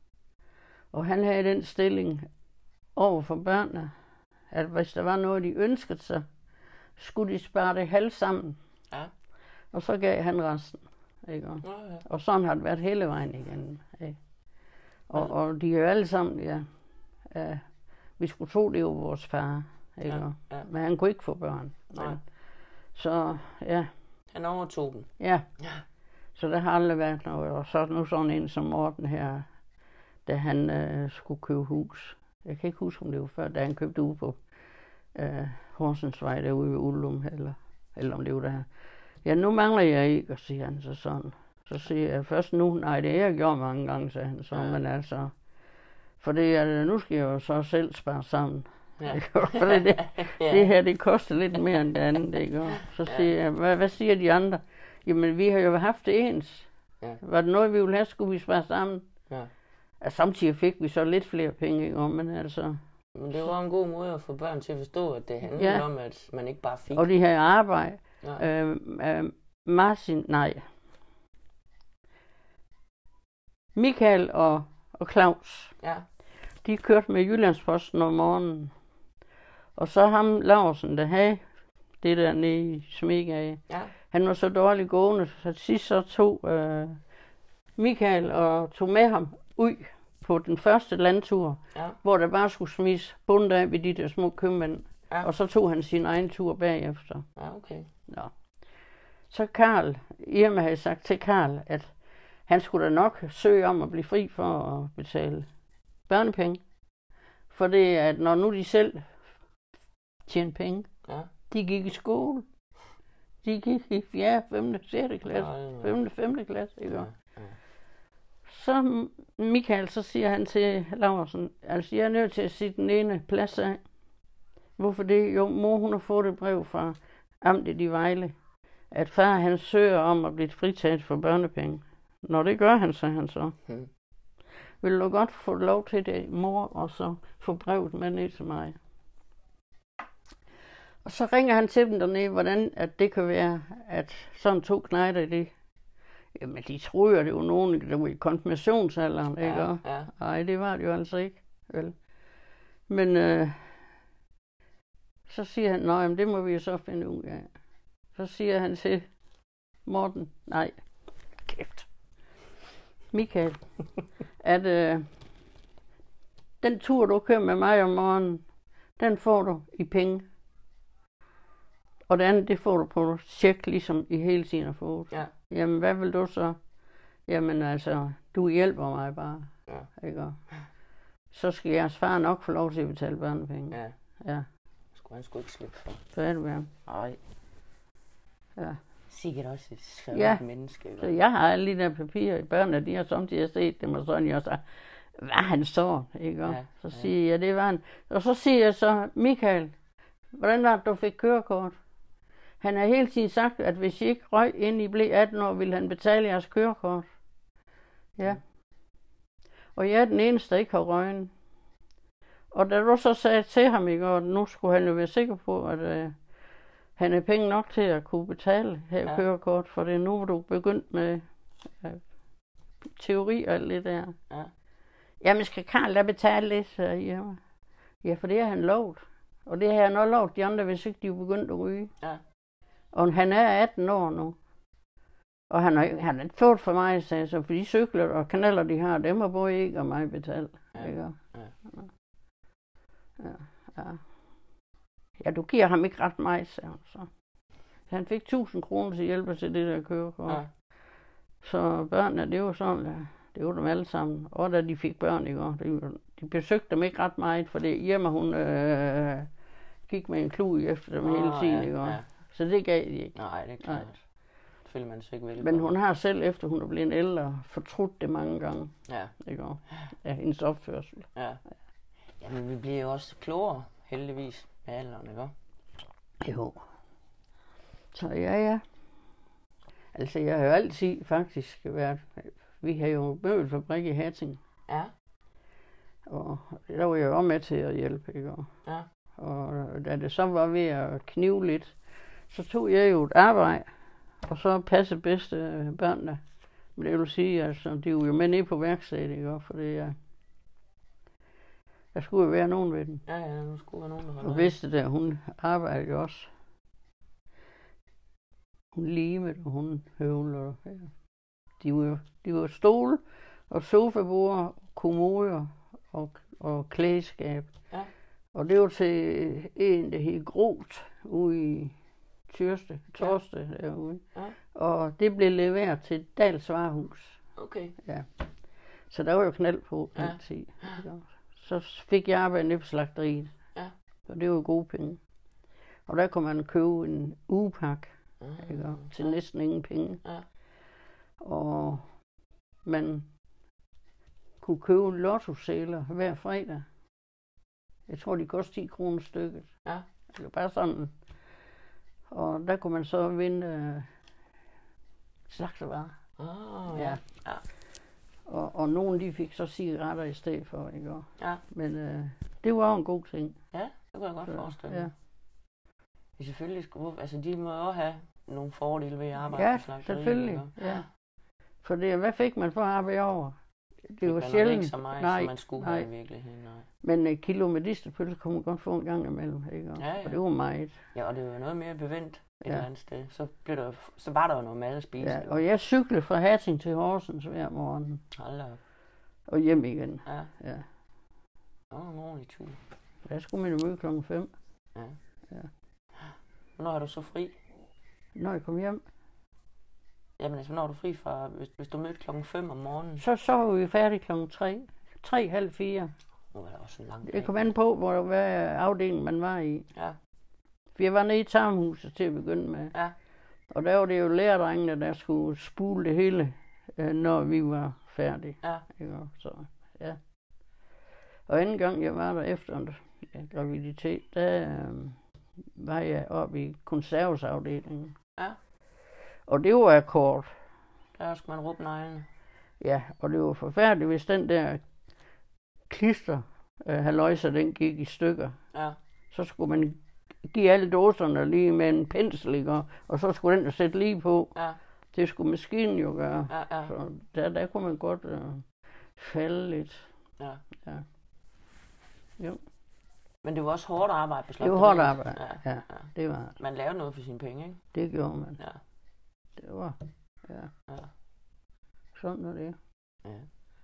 Og han havde den stilling over for børnene, at hvis der var noget, de ønskede sig, skulle de spare det halvt sammen. Ja. Og så gav han resten. Ikke? Ja, ja. Og sådan har det været hele vejen igen. Ikke? Og, og de er jo alle sammen, ja, ja, vi skulle tro, det var vores far. Ikke? Ja, ja. Men han kunne ikke få børn. Nej. Så ja. Han overtog den. Ja. Ja. Så der har aldrig været noget. Og så er nu sådan en som Morten her, da han øh, skulle købe hus. Jeg kan ikke huske, om det var før, da han købte ude på øh, Horsensvej derude ved Ullum, eller, eller om det var der. Ja, nu mangler jeg ikke, siger han så sådan. Så siger jeg først nu, nej, det er jeg gjort mange gange, sagde han så, ja. Men altså, for det er, nu skal jeg jo så selv spare sammen. Ja. For det, det, ja. Det her, det koster lidt mere end det andet, ikke? Så siger jeg, hvad, hvad siger de andre? Jamen, vi har jo haft det ens. Ja. Var det noget, vi ville have, skulle vi spare sammen? Ja. Altså, samtidig fik vi så lidt flere penge, ikke? Men altså... Men det var en god måde at få børn til at forstå, at det handler ja. om, at man ikke bare fik... Og de havde arbejde. Ja. Øh, øh, Martin, nej. Michael og, og Claus, ja. De kørte med Jyllandsposten om morgenen. Og så ham, Laursen, der havde det der nede i Smegade. Ja. Han var så dårligt gående, så sidst så tog øh, Michael og tog med ham ud på den første landtur, ja. Hvor der bare skulle smides bundet af ved de der små købmænd. Ja. Og så tog han sin egen tur bagefter. Ja, okay. Nå. Så Karl, Irma havde sagt til Karl, at han skulle da nok søge om at blive fri for at betale børnepenge. For det er, at når nu de selv tjente penge, ja. De gik i skole. De gik i fjerde, femte, sjette klasse, ja, ja. femte, femte klasse, ikke? Ja, ja. Så Michael, så siger han til Laursen, altså jeg er nødt til at sige den ene plads af. Hvorfor det? Jo, mor hun har fået et brev fra amtet i Vejle, at far han søger om at blive fritaget for børnepenge. Når det gør han, så han så. Hmm. Vil du godt få lov til det, mor, og så få brevet med ned til mig? Og så ringer han til dem dernede, hvordan at det kan være, at sådan to knejder det. Jamen, de troede, at det var nogen, der var i konfirmationsalderen, ikke? Ja, ja. Nej, det var det jo altså ikke, vel? Men øh, så siger han, nej, det må vi jo så finde ud af. Så siger han til Morten, nej, kæft, Michael, at øh, den tur, du kører med mig om morgenen, den får du i penge. Og det andet, det får du på tjek, ligesom i hele tiden har fået. Ja. Jamen, hvad vil du så? Jamen, altså, du hjælper mig bare. Ja. Ikke? Så skal jeres far nok få lov til at betale børnepenge. Ja. Ja. Skulle han sgu ikke slippe for. Så er det værd. Nej. Ja. Sikkert også et skrevet ja. menneske. Eller? Så jeg har alle de der papirer i børnene, de har samtidig set dem, og sådan jeg så, hvad han så, ikke? Ja. Så siger ja. jeg, det var han. Og så siger jeg så, Michael, hvordan var det, du fik kørekort? Han har hele tiden sagt, at hvis I ikke røg, inden I blev atten år, ville han betale jeres kørekort. Ja. Og jeg er den eneste, der ikke har røgen. Og da du så sagde til ham i går, nu skulle han jo være sikker på, at øh, han har penge nok til at kunne betale her ja. kørekort, for det er nu, hvor du er begyndt med øh, teori og alt det der. Ja. Jamen, skal Karl da betale det, sagde jeg. Ja, for det har han lovet. Og det har han også lovet de andre, hvis ikke de er begyndt at ryge. Ja. Og han er atten år nu. Og han har, han har ikke fået for mig, sagde så, for de cykler og kanaler, de har, dem har både ikke og mig betalt. Ja. Ikke? Ja. Ja. Ja. Ja, du giver ham ikke ret meget, sagde han så. Han fik tusind kroner til hjælp til det der kørekort. Ja. Så børnene, det var sådan, ja, det var dem alle sammen. Og da de fik børn, ikke? De, de besøgte dem ikke ret meget, for det hjemme, hun øh, gik med en klud efter dem oh, hele tiden, ikke? Ja. Så det gav de ikke. Nej, det er klart. Nej. Det føler man sig ikke vel. Men hun har selv, efter hun er blevet ældre, fortrudt det mange gange. Ja. Ikke? Ja, hendes opførsel. Ja. Jamen, vi bliver jo også klogere, heldigvis, med alderen, ikke? Jo. Så ja, ja. Altså, jeg har jo altid faktisk været... Vi har jo møbelfabrik i Hatting. Ja. Og der var jeg jo også med til at hjælpe, ikke? Ja. Og da det så var ved at knive lidt, så tog jeg jo et arbejde, og så passede bedste børnene. Men det vil sige, altså, de var jo med nede på værkstedet, ikke? For det er... Der skulle jo være nogen ved den. Ja, ja, nu skulle være nogen, der holder. Og vidste det, hun arbejdede jo også. Hun limede, og hun høvlede. Ja. De var, de var stole og sofabord, kommoder og, og klædeskab. Ja. Og det var til en, der hed Grot, ude i Tyrste, Torsted ja. Derude. Ja. Og det blev leveret til Dals Varehus. Okay. Ja. Så der var jo knald på ja. altid. Så fik jeg arbejde nede på slagteriet. Ja. Og det var gode penge. Og der kunne man købe en ugepakke. Mm, ikke? Til ja. Næsten ingen penge. Ja. Og man kunne købe lottosæler hver fredag. Jeg tror, de kostede ti kroner stykket. Ja. Det var bare sådan. Og der kunne man så vinde øh, slagtervarer. Oh, ja. Ja. Og, og nogle de fik så cigaretter i stedet for, ikke? Ja. Men øh, det var jo en god ting. Ja, det kunne jeg godt så, forestille mig. Ja. Selvfølgelig skulle, altså de må også have nogle fordele ved at arbejde ja, på slagteriet. Selvfølgelig. Ja. For det, hvad fik man for at arbejde over? Det var sjældent. Sjældent. Ikke så meget, nej, som man skulle nej. have i virkeligheden. Nej. Men et kilo med medisterpølse kunne man godt få en gang imellem, ikke? Ja, ja. Og det var meget. Ja, og det var noget mere bevendt et ja. eller andet sted. Så, blev der, så var der jo noget mad at spise. Ja, og jeg cyklede fra Hatting til Horsens hver morgen. Hold da op. Og hjem igen. Ja. Ja. Det var en ordentlig tur. Der skulle man jo møde klokken fem. Ja. Ja. Hvornår er du så fri? Når jeg kom hjem. Jamen altså, hvornår er du fri fra, hvis, hvis du mødte klokken fem om morgenen? Så så var vi færdige klokken tre. Tre, halv fire. Nu var det også en lang dag. Det kom an på, hvor hvad afdeling man var i. Ja. For jeg var nede i tarmhuset til at begynde med. Ja. Og der var det jo lærdrengene, der skulle spule det hele, når vi var færdige. Ja. Ikke? Så, ja. Og anden gang jeg var der efter en ja, graviditet, der øh, var jeg oppe i konservesafdelingen. Ja. Og det var akkord. Der skulle man råbe neglene. Ja, og det var forfærdeligt, hvis den der klister, øh, haløjser, den gik i stykker. Ja. Så skulle man give alle dåserne lige med en pensel, ikke? Og så skulle den sætte lige på. Ja. Det skulle maskinen jo gøre. Ja, ja. Så der, der kunne man godt øh, falde lidt. Ja. Ja. Jo. Men det var også hårdt arbejde på slagteriet. Det var hårdt arbejde, ja. ja, ja. Det var. Man lavede noget for sine penge, ikke? Det gjorde man. Ja. Det var, ja. Ja. Sådan var det. Ja.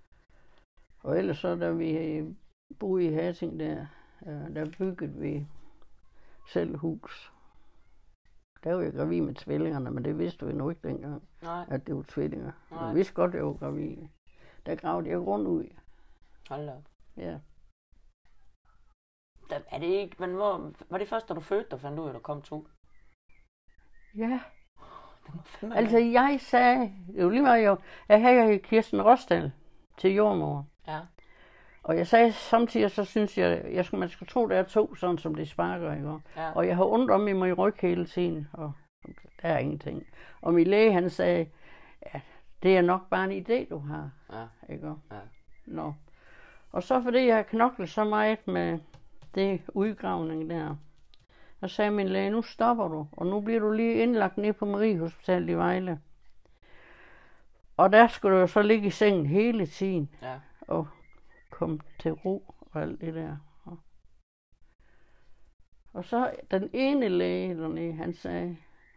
Og ellers så, da vi boede i Hatting der, der byggede vi selv hus. Der var jeg gravid med tvillingerne, men det vidste vi nu ikke dengang, Nej. at det var tvillinger. Nej. Vi vidste godt, at jeg var gravid. Der gravede jeg rundt ud. Hold da op. Ja. Da, er det ikke, men hvor, var det først, da du fødte, der fandt ud af, at der kom to? Ja. Det altså, jeg sagde, jo lige meget jo, jeg havde Kirsten Rosdal til jordmor. Ja. Og jeg sagde samtidig, så synes jeg, jeg skulle, man skal tro, der er to, sådan som det sparker, ikke? Ja. Og jeg har ondt om i mig ryg hele tiden, og der er ingenting. Og min læge, han sagde, ja, det er nok bare en idé, du har, ja. Ikke? Ja. Nå. Og så fordi jeg har knoklet så meget med det udgravning der, så sagde min læge, nu stopper du, og nu bliver du lige indlagt ned på Marie Hospital i Vejle. Og der skulle du jo så ligge i sengen hele tiden, ja. og komme til ro og alt det der. Og så den ene læge dernede, han sagde,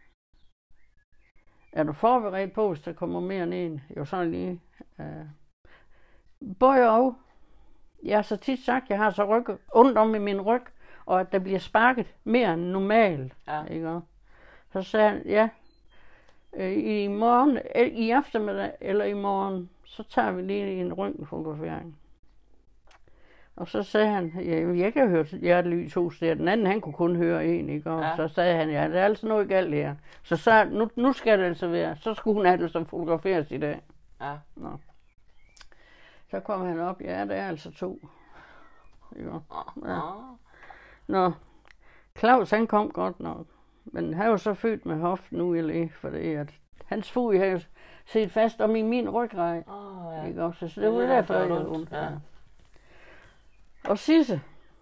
er du forberedt på, hvis der kommer mere ned? Jo, sådan lige. Uh, Både og. Jeg har så tit sagt, jeg har så ryg, ondt om i min ryg, og at der bliver sparket mere end normalt. Ja. Ikke? Så Så sagde han, ja, øh, i morgen, i eftermiddag eller i morgen, så tager vi lige en røntgenfotografering. Og så sagde han, ja, jeg kan høre hjertelys hos der. Den anden, han kunne kun høre en, ikke? Og ja. Så sagde han, ja, der er altså noget galt her. Så sagde nu, nu skal det altså være. Så skulle hun altså fotograferes i dag. Ja. Nå. Så kom han op, ja, der er altså to. Jo. Ja. Nå, Claus, han kom godt nok. Men han var så født med hoften nu i læge, for det at hans fod havde jo set fast om i min ryggrad. Oh, ja. Ikke også? Så det var ja, derfor, jeg havde ondt. Ja. Og Sisse,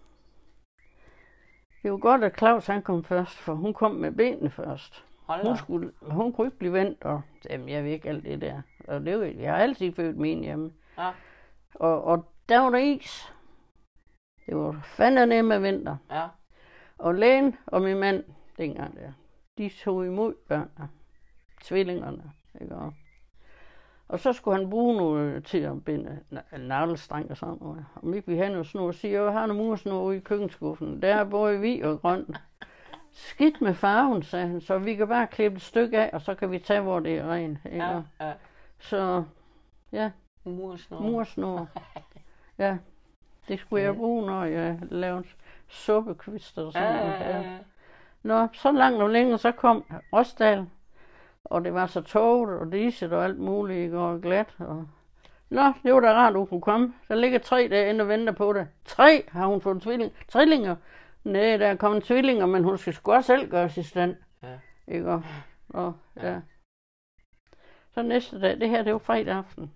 det var godt, at Claus han kom først, for hun kom med benene først. Hun, skulle, hun kunne ikke blive vendt, og jamen, jeg ved ikke alt det der. Og det var, jeg har altid født min hjemme. Ja. Og, og der var der is. Det var fandme nemme vinter. Ja. Og lægen og min mand, dengang der, de tog imod børnene, tvillingerne, ikke? Og så skulle han bruge noget til at binde navlestreng og sådan noget. Om ikke vi havde noget snor, siger jeg, jeg har nogle mursnor ude i køkkenskuffen. Der er både hvid og grøn. Skidt med farven, sagde han, så vi kan bare klippe et stykke af, og så kan vi tage, hvor det er rent. Ikke? Ja, ja. Så, ja. Mursnor. Mursnor. Ja, det skulle jeg bruge, når jeg lavede suppekvister og sådan noget. Ja, ja, ja. Nå, så langt og længere, så kom Rosdal. Og det var så tåget og diset og alt muligt, ikke? Og glat. Og... Nå, det var da rart, du kunne komme. Der ligger tre dage inde og venter på det. Tre har hun fået tvilling. Trillinger. Nej, der er kommet tvillinger, men hun skal sgu også selv gøre sig i stand. Ja. Ikke? Og, og, ja. Så næste dag, det her, det var fredag aften.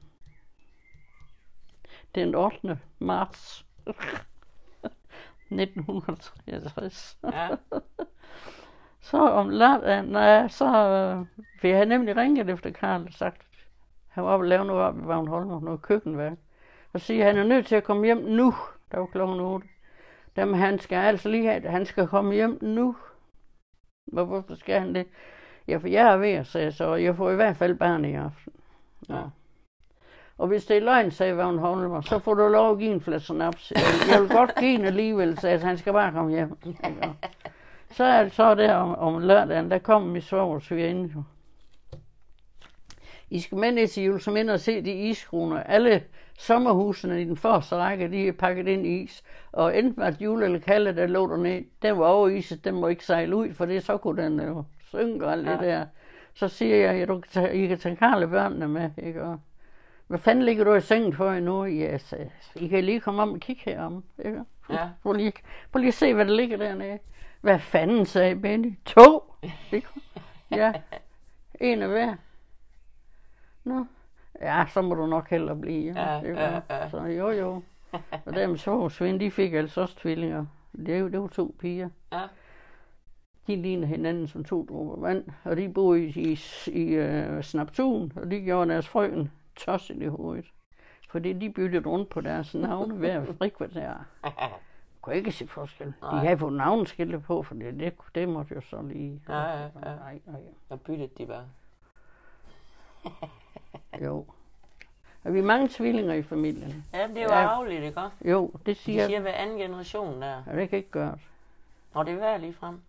Den ottende marts nitten treogtres. Ja. Så om lørdagen, nej, så øh, vi havde nemlig ringet efter Karl og sagt, han var oppe og lave noget op i Vagn noget køkkenværk. Og siger, han er nødt til at komme hjem nu. Der var klokken otte. Jamen, han skal altså lige have det. Han skal komme hjem nu. Hvorfor skal han det? Ja, for jeg er ved at sige så, jeg får i hvert fald barn i aften. Ja. Og hvis det er løgn, sagde Vagn Holmer, så får du lov at give en flaske snaps. Jeg vil godt give en alligevel, sagde han skal bare komme hjem. Ja. Så er det så der om, om lørdagen, der kom min svoger svigerinde. I skal med ned til Julesmind og se de iskroner. Alle sommerhusene i den første række, de er pakket ind i is. Og enten var det jule eller kalde, der lå dernede, den var over iset, den må ikke sejle ud, for det så kunne den jo synge og alt ja. Det der. Så siger jeg, at du kan tage, I kan tage Karl og børnene med, ikke? Og hvad fanden ligger du i sengen for endnu? Ja, så, I kan lige komme om og kigge herom, ikke? Ja. Prøv lige, prøv lige at se, hvad der ligger dernede. Hvad fanden, sagde Benny? To? Ja, en af hver. Nå, ja, så må du nok hellere blive. Ja, ja, ja. Så jo, jo. Og der med svogersvind, de fik altså også tvillinger. Det, det var to piger. Ja. De ligner hinanden som to dråber vand. Og de boede i, i, i uh, Snaptun, og de gjorde deres frøken tosset i hovedet. Fordi de byttede rundt på deres navne hver frikvarter. Jeg kunne ikke se forskel. Nej. De havde fået navneskilte på, for det, det, det måtte jo så lige... Ja, ja, ja. Nej, nej. Og byttede de bare. Jo. Og vi er mange tvillinger i familien. Ja, det er jo ærgerligt, ikke? Jo, det siger... De siger hver anden generation der. Ja, det kan ikke gøre det. Og det er værd lige frem.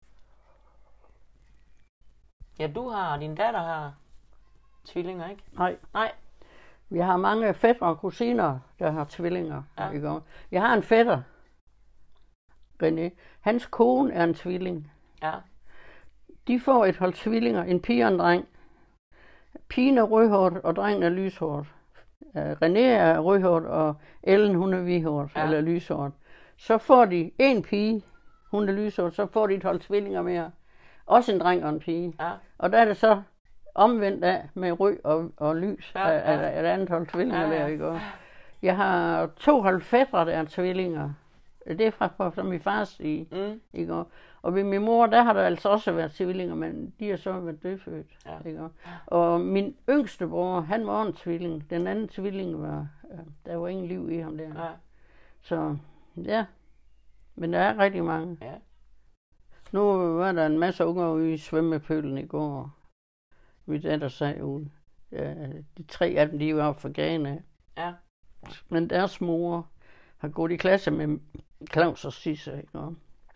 Ja, du har, og din datter har tvillinger, ikke? Nej. Nej. Vi har mange fætter og kusiner, der har tvillinger. Ja. Ikke? Jeg har en fætter, René. Hans kone er en tvilling. Ja. De får et hold tvillinger, en pige og en dreng. Pigen er rødhåret, og drengen er lyshåret. Uh, René er rødhåret, og Ellen, hun er hvidhåret, ja. Eller lyshåret. Så får de en pige, hun er lyshåret, så får de et hold tvillinger mere. Også en dreng og en pige. Ja. Og der er det så omvendt af med rød og, og lys, ja, ja. af et andet hold tvillinger ja, ja. Der, ikke? Jeg har to hold fætre, der er tvillinger. Det er fra, fra min fars i, mm. ikke? Og ved min mor, der har der altså også været tvillinger, men de har så været dødfødt. Ja. Ikke? Og min yngste bror, han var en tvilling. Den anden tvilling var, der var ingen liv i ham der. Ja. Så ja, men der er rigtig mange. Ja. Nu var der en masse unger ude i svømmepølen i går. Mit datter sagde ude. Ja, de tre af dem, de var oppe for Ghana. Ja. Men deres mor har gået i klasse med Claus og Sisse, ikke?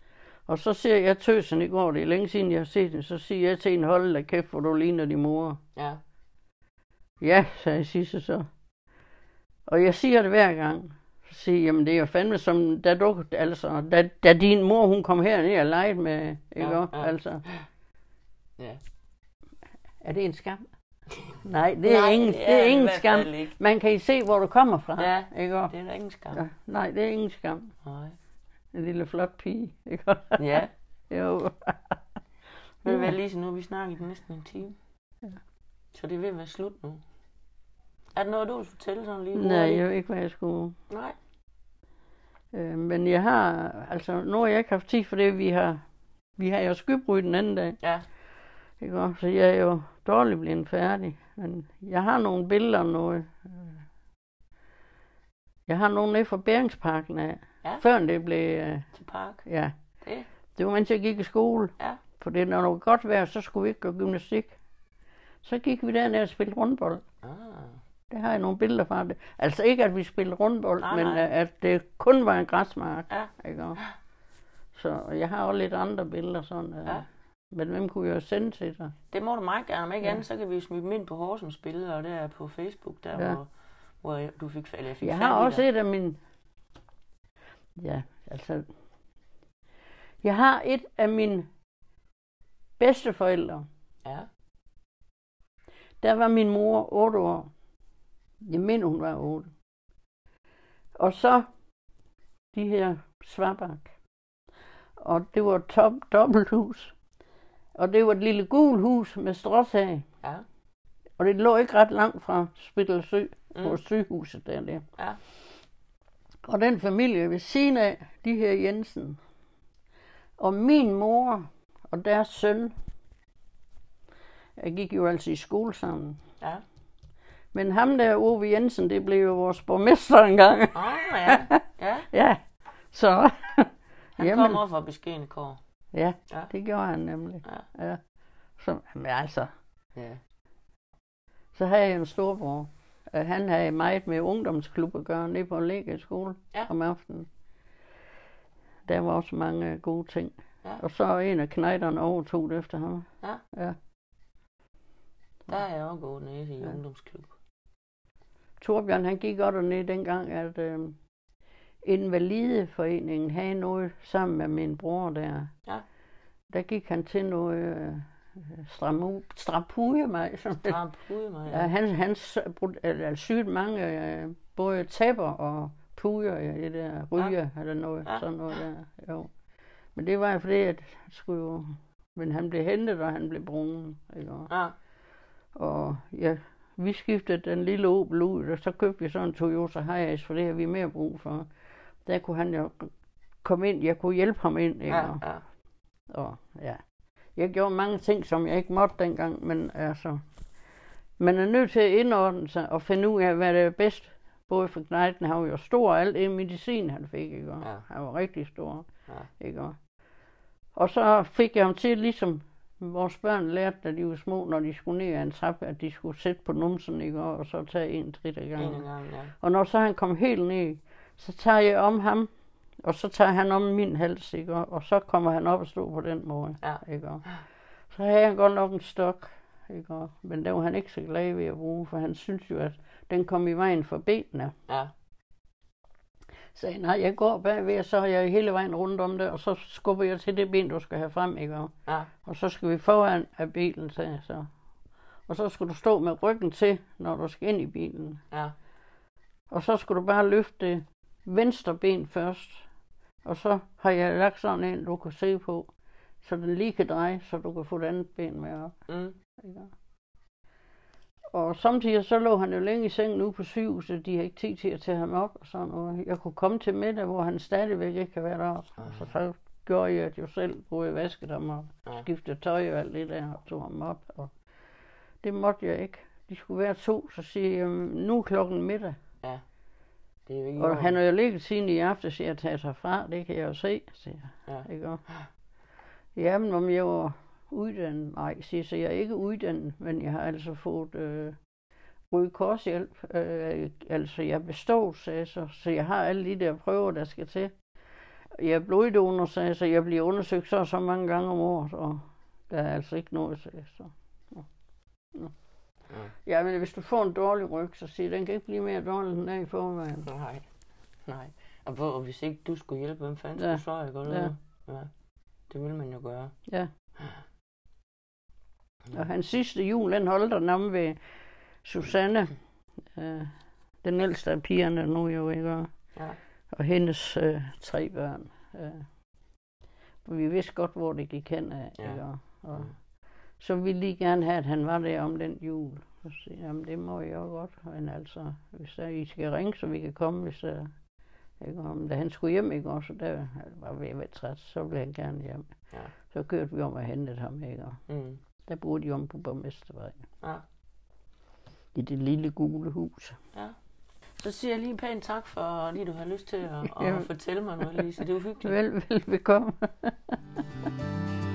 Og så siger jeg tøsen i går, det er længe siden jeg har set den, så siger jeg til en hold da kæft, hvor du ligner din mor. Ja. Ja, sagde Sisse så. Og jeg siger det hver gang. Så siger jeg, jamen det er jo fandme som, da du, altså, da, da din mor, hun kom herned og legede med, ikke ja, ja, ja. altså. Ja. Er det en skam? Nej, det er nej, ingen, det er ingen skam. Ikke. Man kan I se, hvor du kommer fra, ja, ikke? det er da ingen skam. Ja, nej, det er ingen skam. Nej. En lille flot pige, ikke? Ja. Jo. Ved du hvad, Lise, nu har vi snakket næsten en time. Ja. Så det er ved at være slut nu. Er der noget, du vil fortælle sådan lige? Nej, jeg ved ikke, hvad jeg skulle. Nej. Øh, men jeg har, altså, nu har jeg ikke haft tid for det, vi har, vi har jo skybryg den anden dag. Ja. Ikke? Så jeg er jo dårligt blevet færdig. Men jeg har nogle billeder nu. Jeg har nogle nede fra Beringsparken af. Ja. Før det blev... Uh, Til park. Ja. Det. Det var mens jeg gik i skole. Ja. For det når det var godt vejr, så skulle vi ikke gøre gymnastik. Så gik vi derned og spillede rundbold. Ah. Det har jeg nogle billeder fra det. Altså ikke, at vi spillede rundbold, nej, men nej. at det kun var en græsmark. Ja. Ikke? Så jeg har også lidt andre billeder sådan. Ja. Men hvem kunne jeg jo sende til dig? Det må du meget gerne. Om ikke Ja. andet, så kan vi smide dem ind på Horsens billeder, og der er på Facebook, der Ja. hvor, hvor jeg, du fik, eller jeg fik Jeg fat har i også dig. et af mine... Ja, altså... Jeg har et af mine bedsteforældre. Ja. Der var min mor otte år. Jeg mener, hun var otte. Og så de her Svarbak. Og det var et top, dobbelthus. Og det var et lille gul hus med stråtag. Ja. Og det lå ikke ret langt fra Spittersø, Mm. på sygehuset der, der. Ja. Og den familie ved siden af, de her Jensen. Og min mor og deres søn. Jeg gik jo altså i skole sammen. Ja. Men ham der, Ove Jensen, det blev jo vores borgmester engang. Ah, ja. Ja. Ja, så... Han Jamen, kommer fra beskidende kår. ja, Ja. det gjorde han nemlig. Ja. Ja. Så, men altså, Ja. så havde jeg en storbror. Øh, Han havde meget med ungdomsklub at gøre nede på Lægge skole Ja. om aftenen. Der var også mange gode ting. Ja. Og så en af knejderne overtog det efter ham. Ja. Ja. Der er jeg også gået nede i Ja. ungdomsklub. Torbjørn, han gik godt dernede dengang, at øh, Invalideforeningen havde noget sammen med min bror der. Ja. Der gik han til noget øh, stramu, strapuge mig. Som det. Stram pude mig. Ja, han, han s- brugte- eller sygt mange, øh, både tæpper og puger i det der ryger, ja. Eller noget, Ja. sådan noget der. Jo. Men det var jo fordi, at han skulle jo, men han blev hentet, og han blev brun. Ikke? Ja. Og ja, vi skiftede den lille Opel ud, og så købte vi sådan en Toyota Hiace, for det har vi mere brug for. Der kunne han jo komme ind, jeg kunne hjælpe ham ind. Ikke? Ja. Ja. Og ja, jeg gjorde mange ting, som jeg ikke måtte dengang, men altså, man er nødt til at indordne sig og finde ud af, hvad der er bedst. Både for Knejten, han var jo stor, alt det medicin, han fik, ikke? Ja. Han var rigtig stor, Ja. ikke? Og så fik jeg ham til, ligesom vores børn lærte, da de var små, når de skulle ned ad en trappe, at de skulle sætte på numsen, ikke? Og så tage en trit ad En gangen. gang, ja. Og når så han kom helt ned, så tager jeg om ham, og så tager han om min hals, ikke? Og så kommer han op og stå på den måde, Ja. ikke? Så havde han godt nok en stok, ikke? Men den var han ikke så glad ved at bruge, for han synes jo, at den kom i vejen for benene. Ja. Så sagde, nej, jeg går bagved, og så har jeg hele vejen rundt om det, og så skubber jeg til det ben, du skal have frem, ikke? Ja. Og så skal vi foran af bilen, sagde jeg så. Og så skal du stå med ryggen til, når du skal ind i bilen. Ja. Og så skal du bare løfte det venstre ben først. Og så har jeg lagt sådan en, du kan se på, så den lige kan dreje, så du kan få det andet ben med op. Mm. Ikke? Og samtidig så lå han jo længe i sengen ude på sygehuset. De har ikke tid til at tage ham op og sådan noget. Jeg kunne komme til middag, hvor han stadigvæk ikke kan være deroppe. Og så, så gjorde jeg det jo selv, hvor jeg vaskede ham og Ja. skiftede tøj og alt det der, og tog ham op. Og det måtte jeg ikke. De skulle være to, så siger jeg, nu er klokken middag. Ja. Det er jo ikke Og i han orden. er jo ligget siden i aftes, jeg tager sig fra, det kan jeg jo se, siger jeg. Ja. Ikke? Jamen, om jeg var uddannet, nej, siger så jeg er ikke uddannet, men jeg har altså fået øh, Røde Korshjælp, øh, altså jeg bestod, sagde jeg så, så jeg har alle de der prøver, der skal til. Jeg er bloddonor, så, så jeg bliver undersøgt så så mange gange om året, og der er altså ikke noget, så... så. Ja. Ja. Ja, men hvis du får en dårlig ryg, så siger den kan ikke blive mere dårlig, end den er i forvejen. Nej, nej. Og, hvor, og hvis ikke du skulle hjælpe, hvem fanden ja. skulle så, ikke? Eller? Ja. Ja. Det vil man jo gøre. Ja. Og hans sidste jul, den holdt der nærmest ved Susanne, øh, den ældste af pigerne nu jo, ikke? Og, ja. og hendes øh, tre børn. Øh. Vi vidste godt, hvor det gik hen af, ja. Ikke? Og, og, mm. Så ville de gerne have, at han var der om den jul. Så siger, jamen det må jeg jo godt. Men altså, hvis der, I skal ringe, så vi kan komme, hvis der... Ikke? Og da han skulle hjem, ikke? Og så der var ved at være træt, så ville han gerne hjem. Ja. Så kørte vi om og hentede ham, ikke? Og mm. der boede de om på Borgmestervej. Ja. I det lille gule hus. Ja. Så siger jeg lige pænt tak for, lige du har lyst til at, at fortælle mig noget, Lise. Det er jo hyggeligt. Vel, vel bekomme.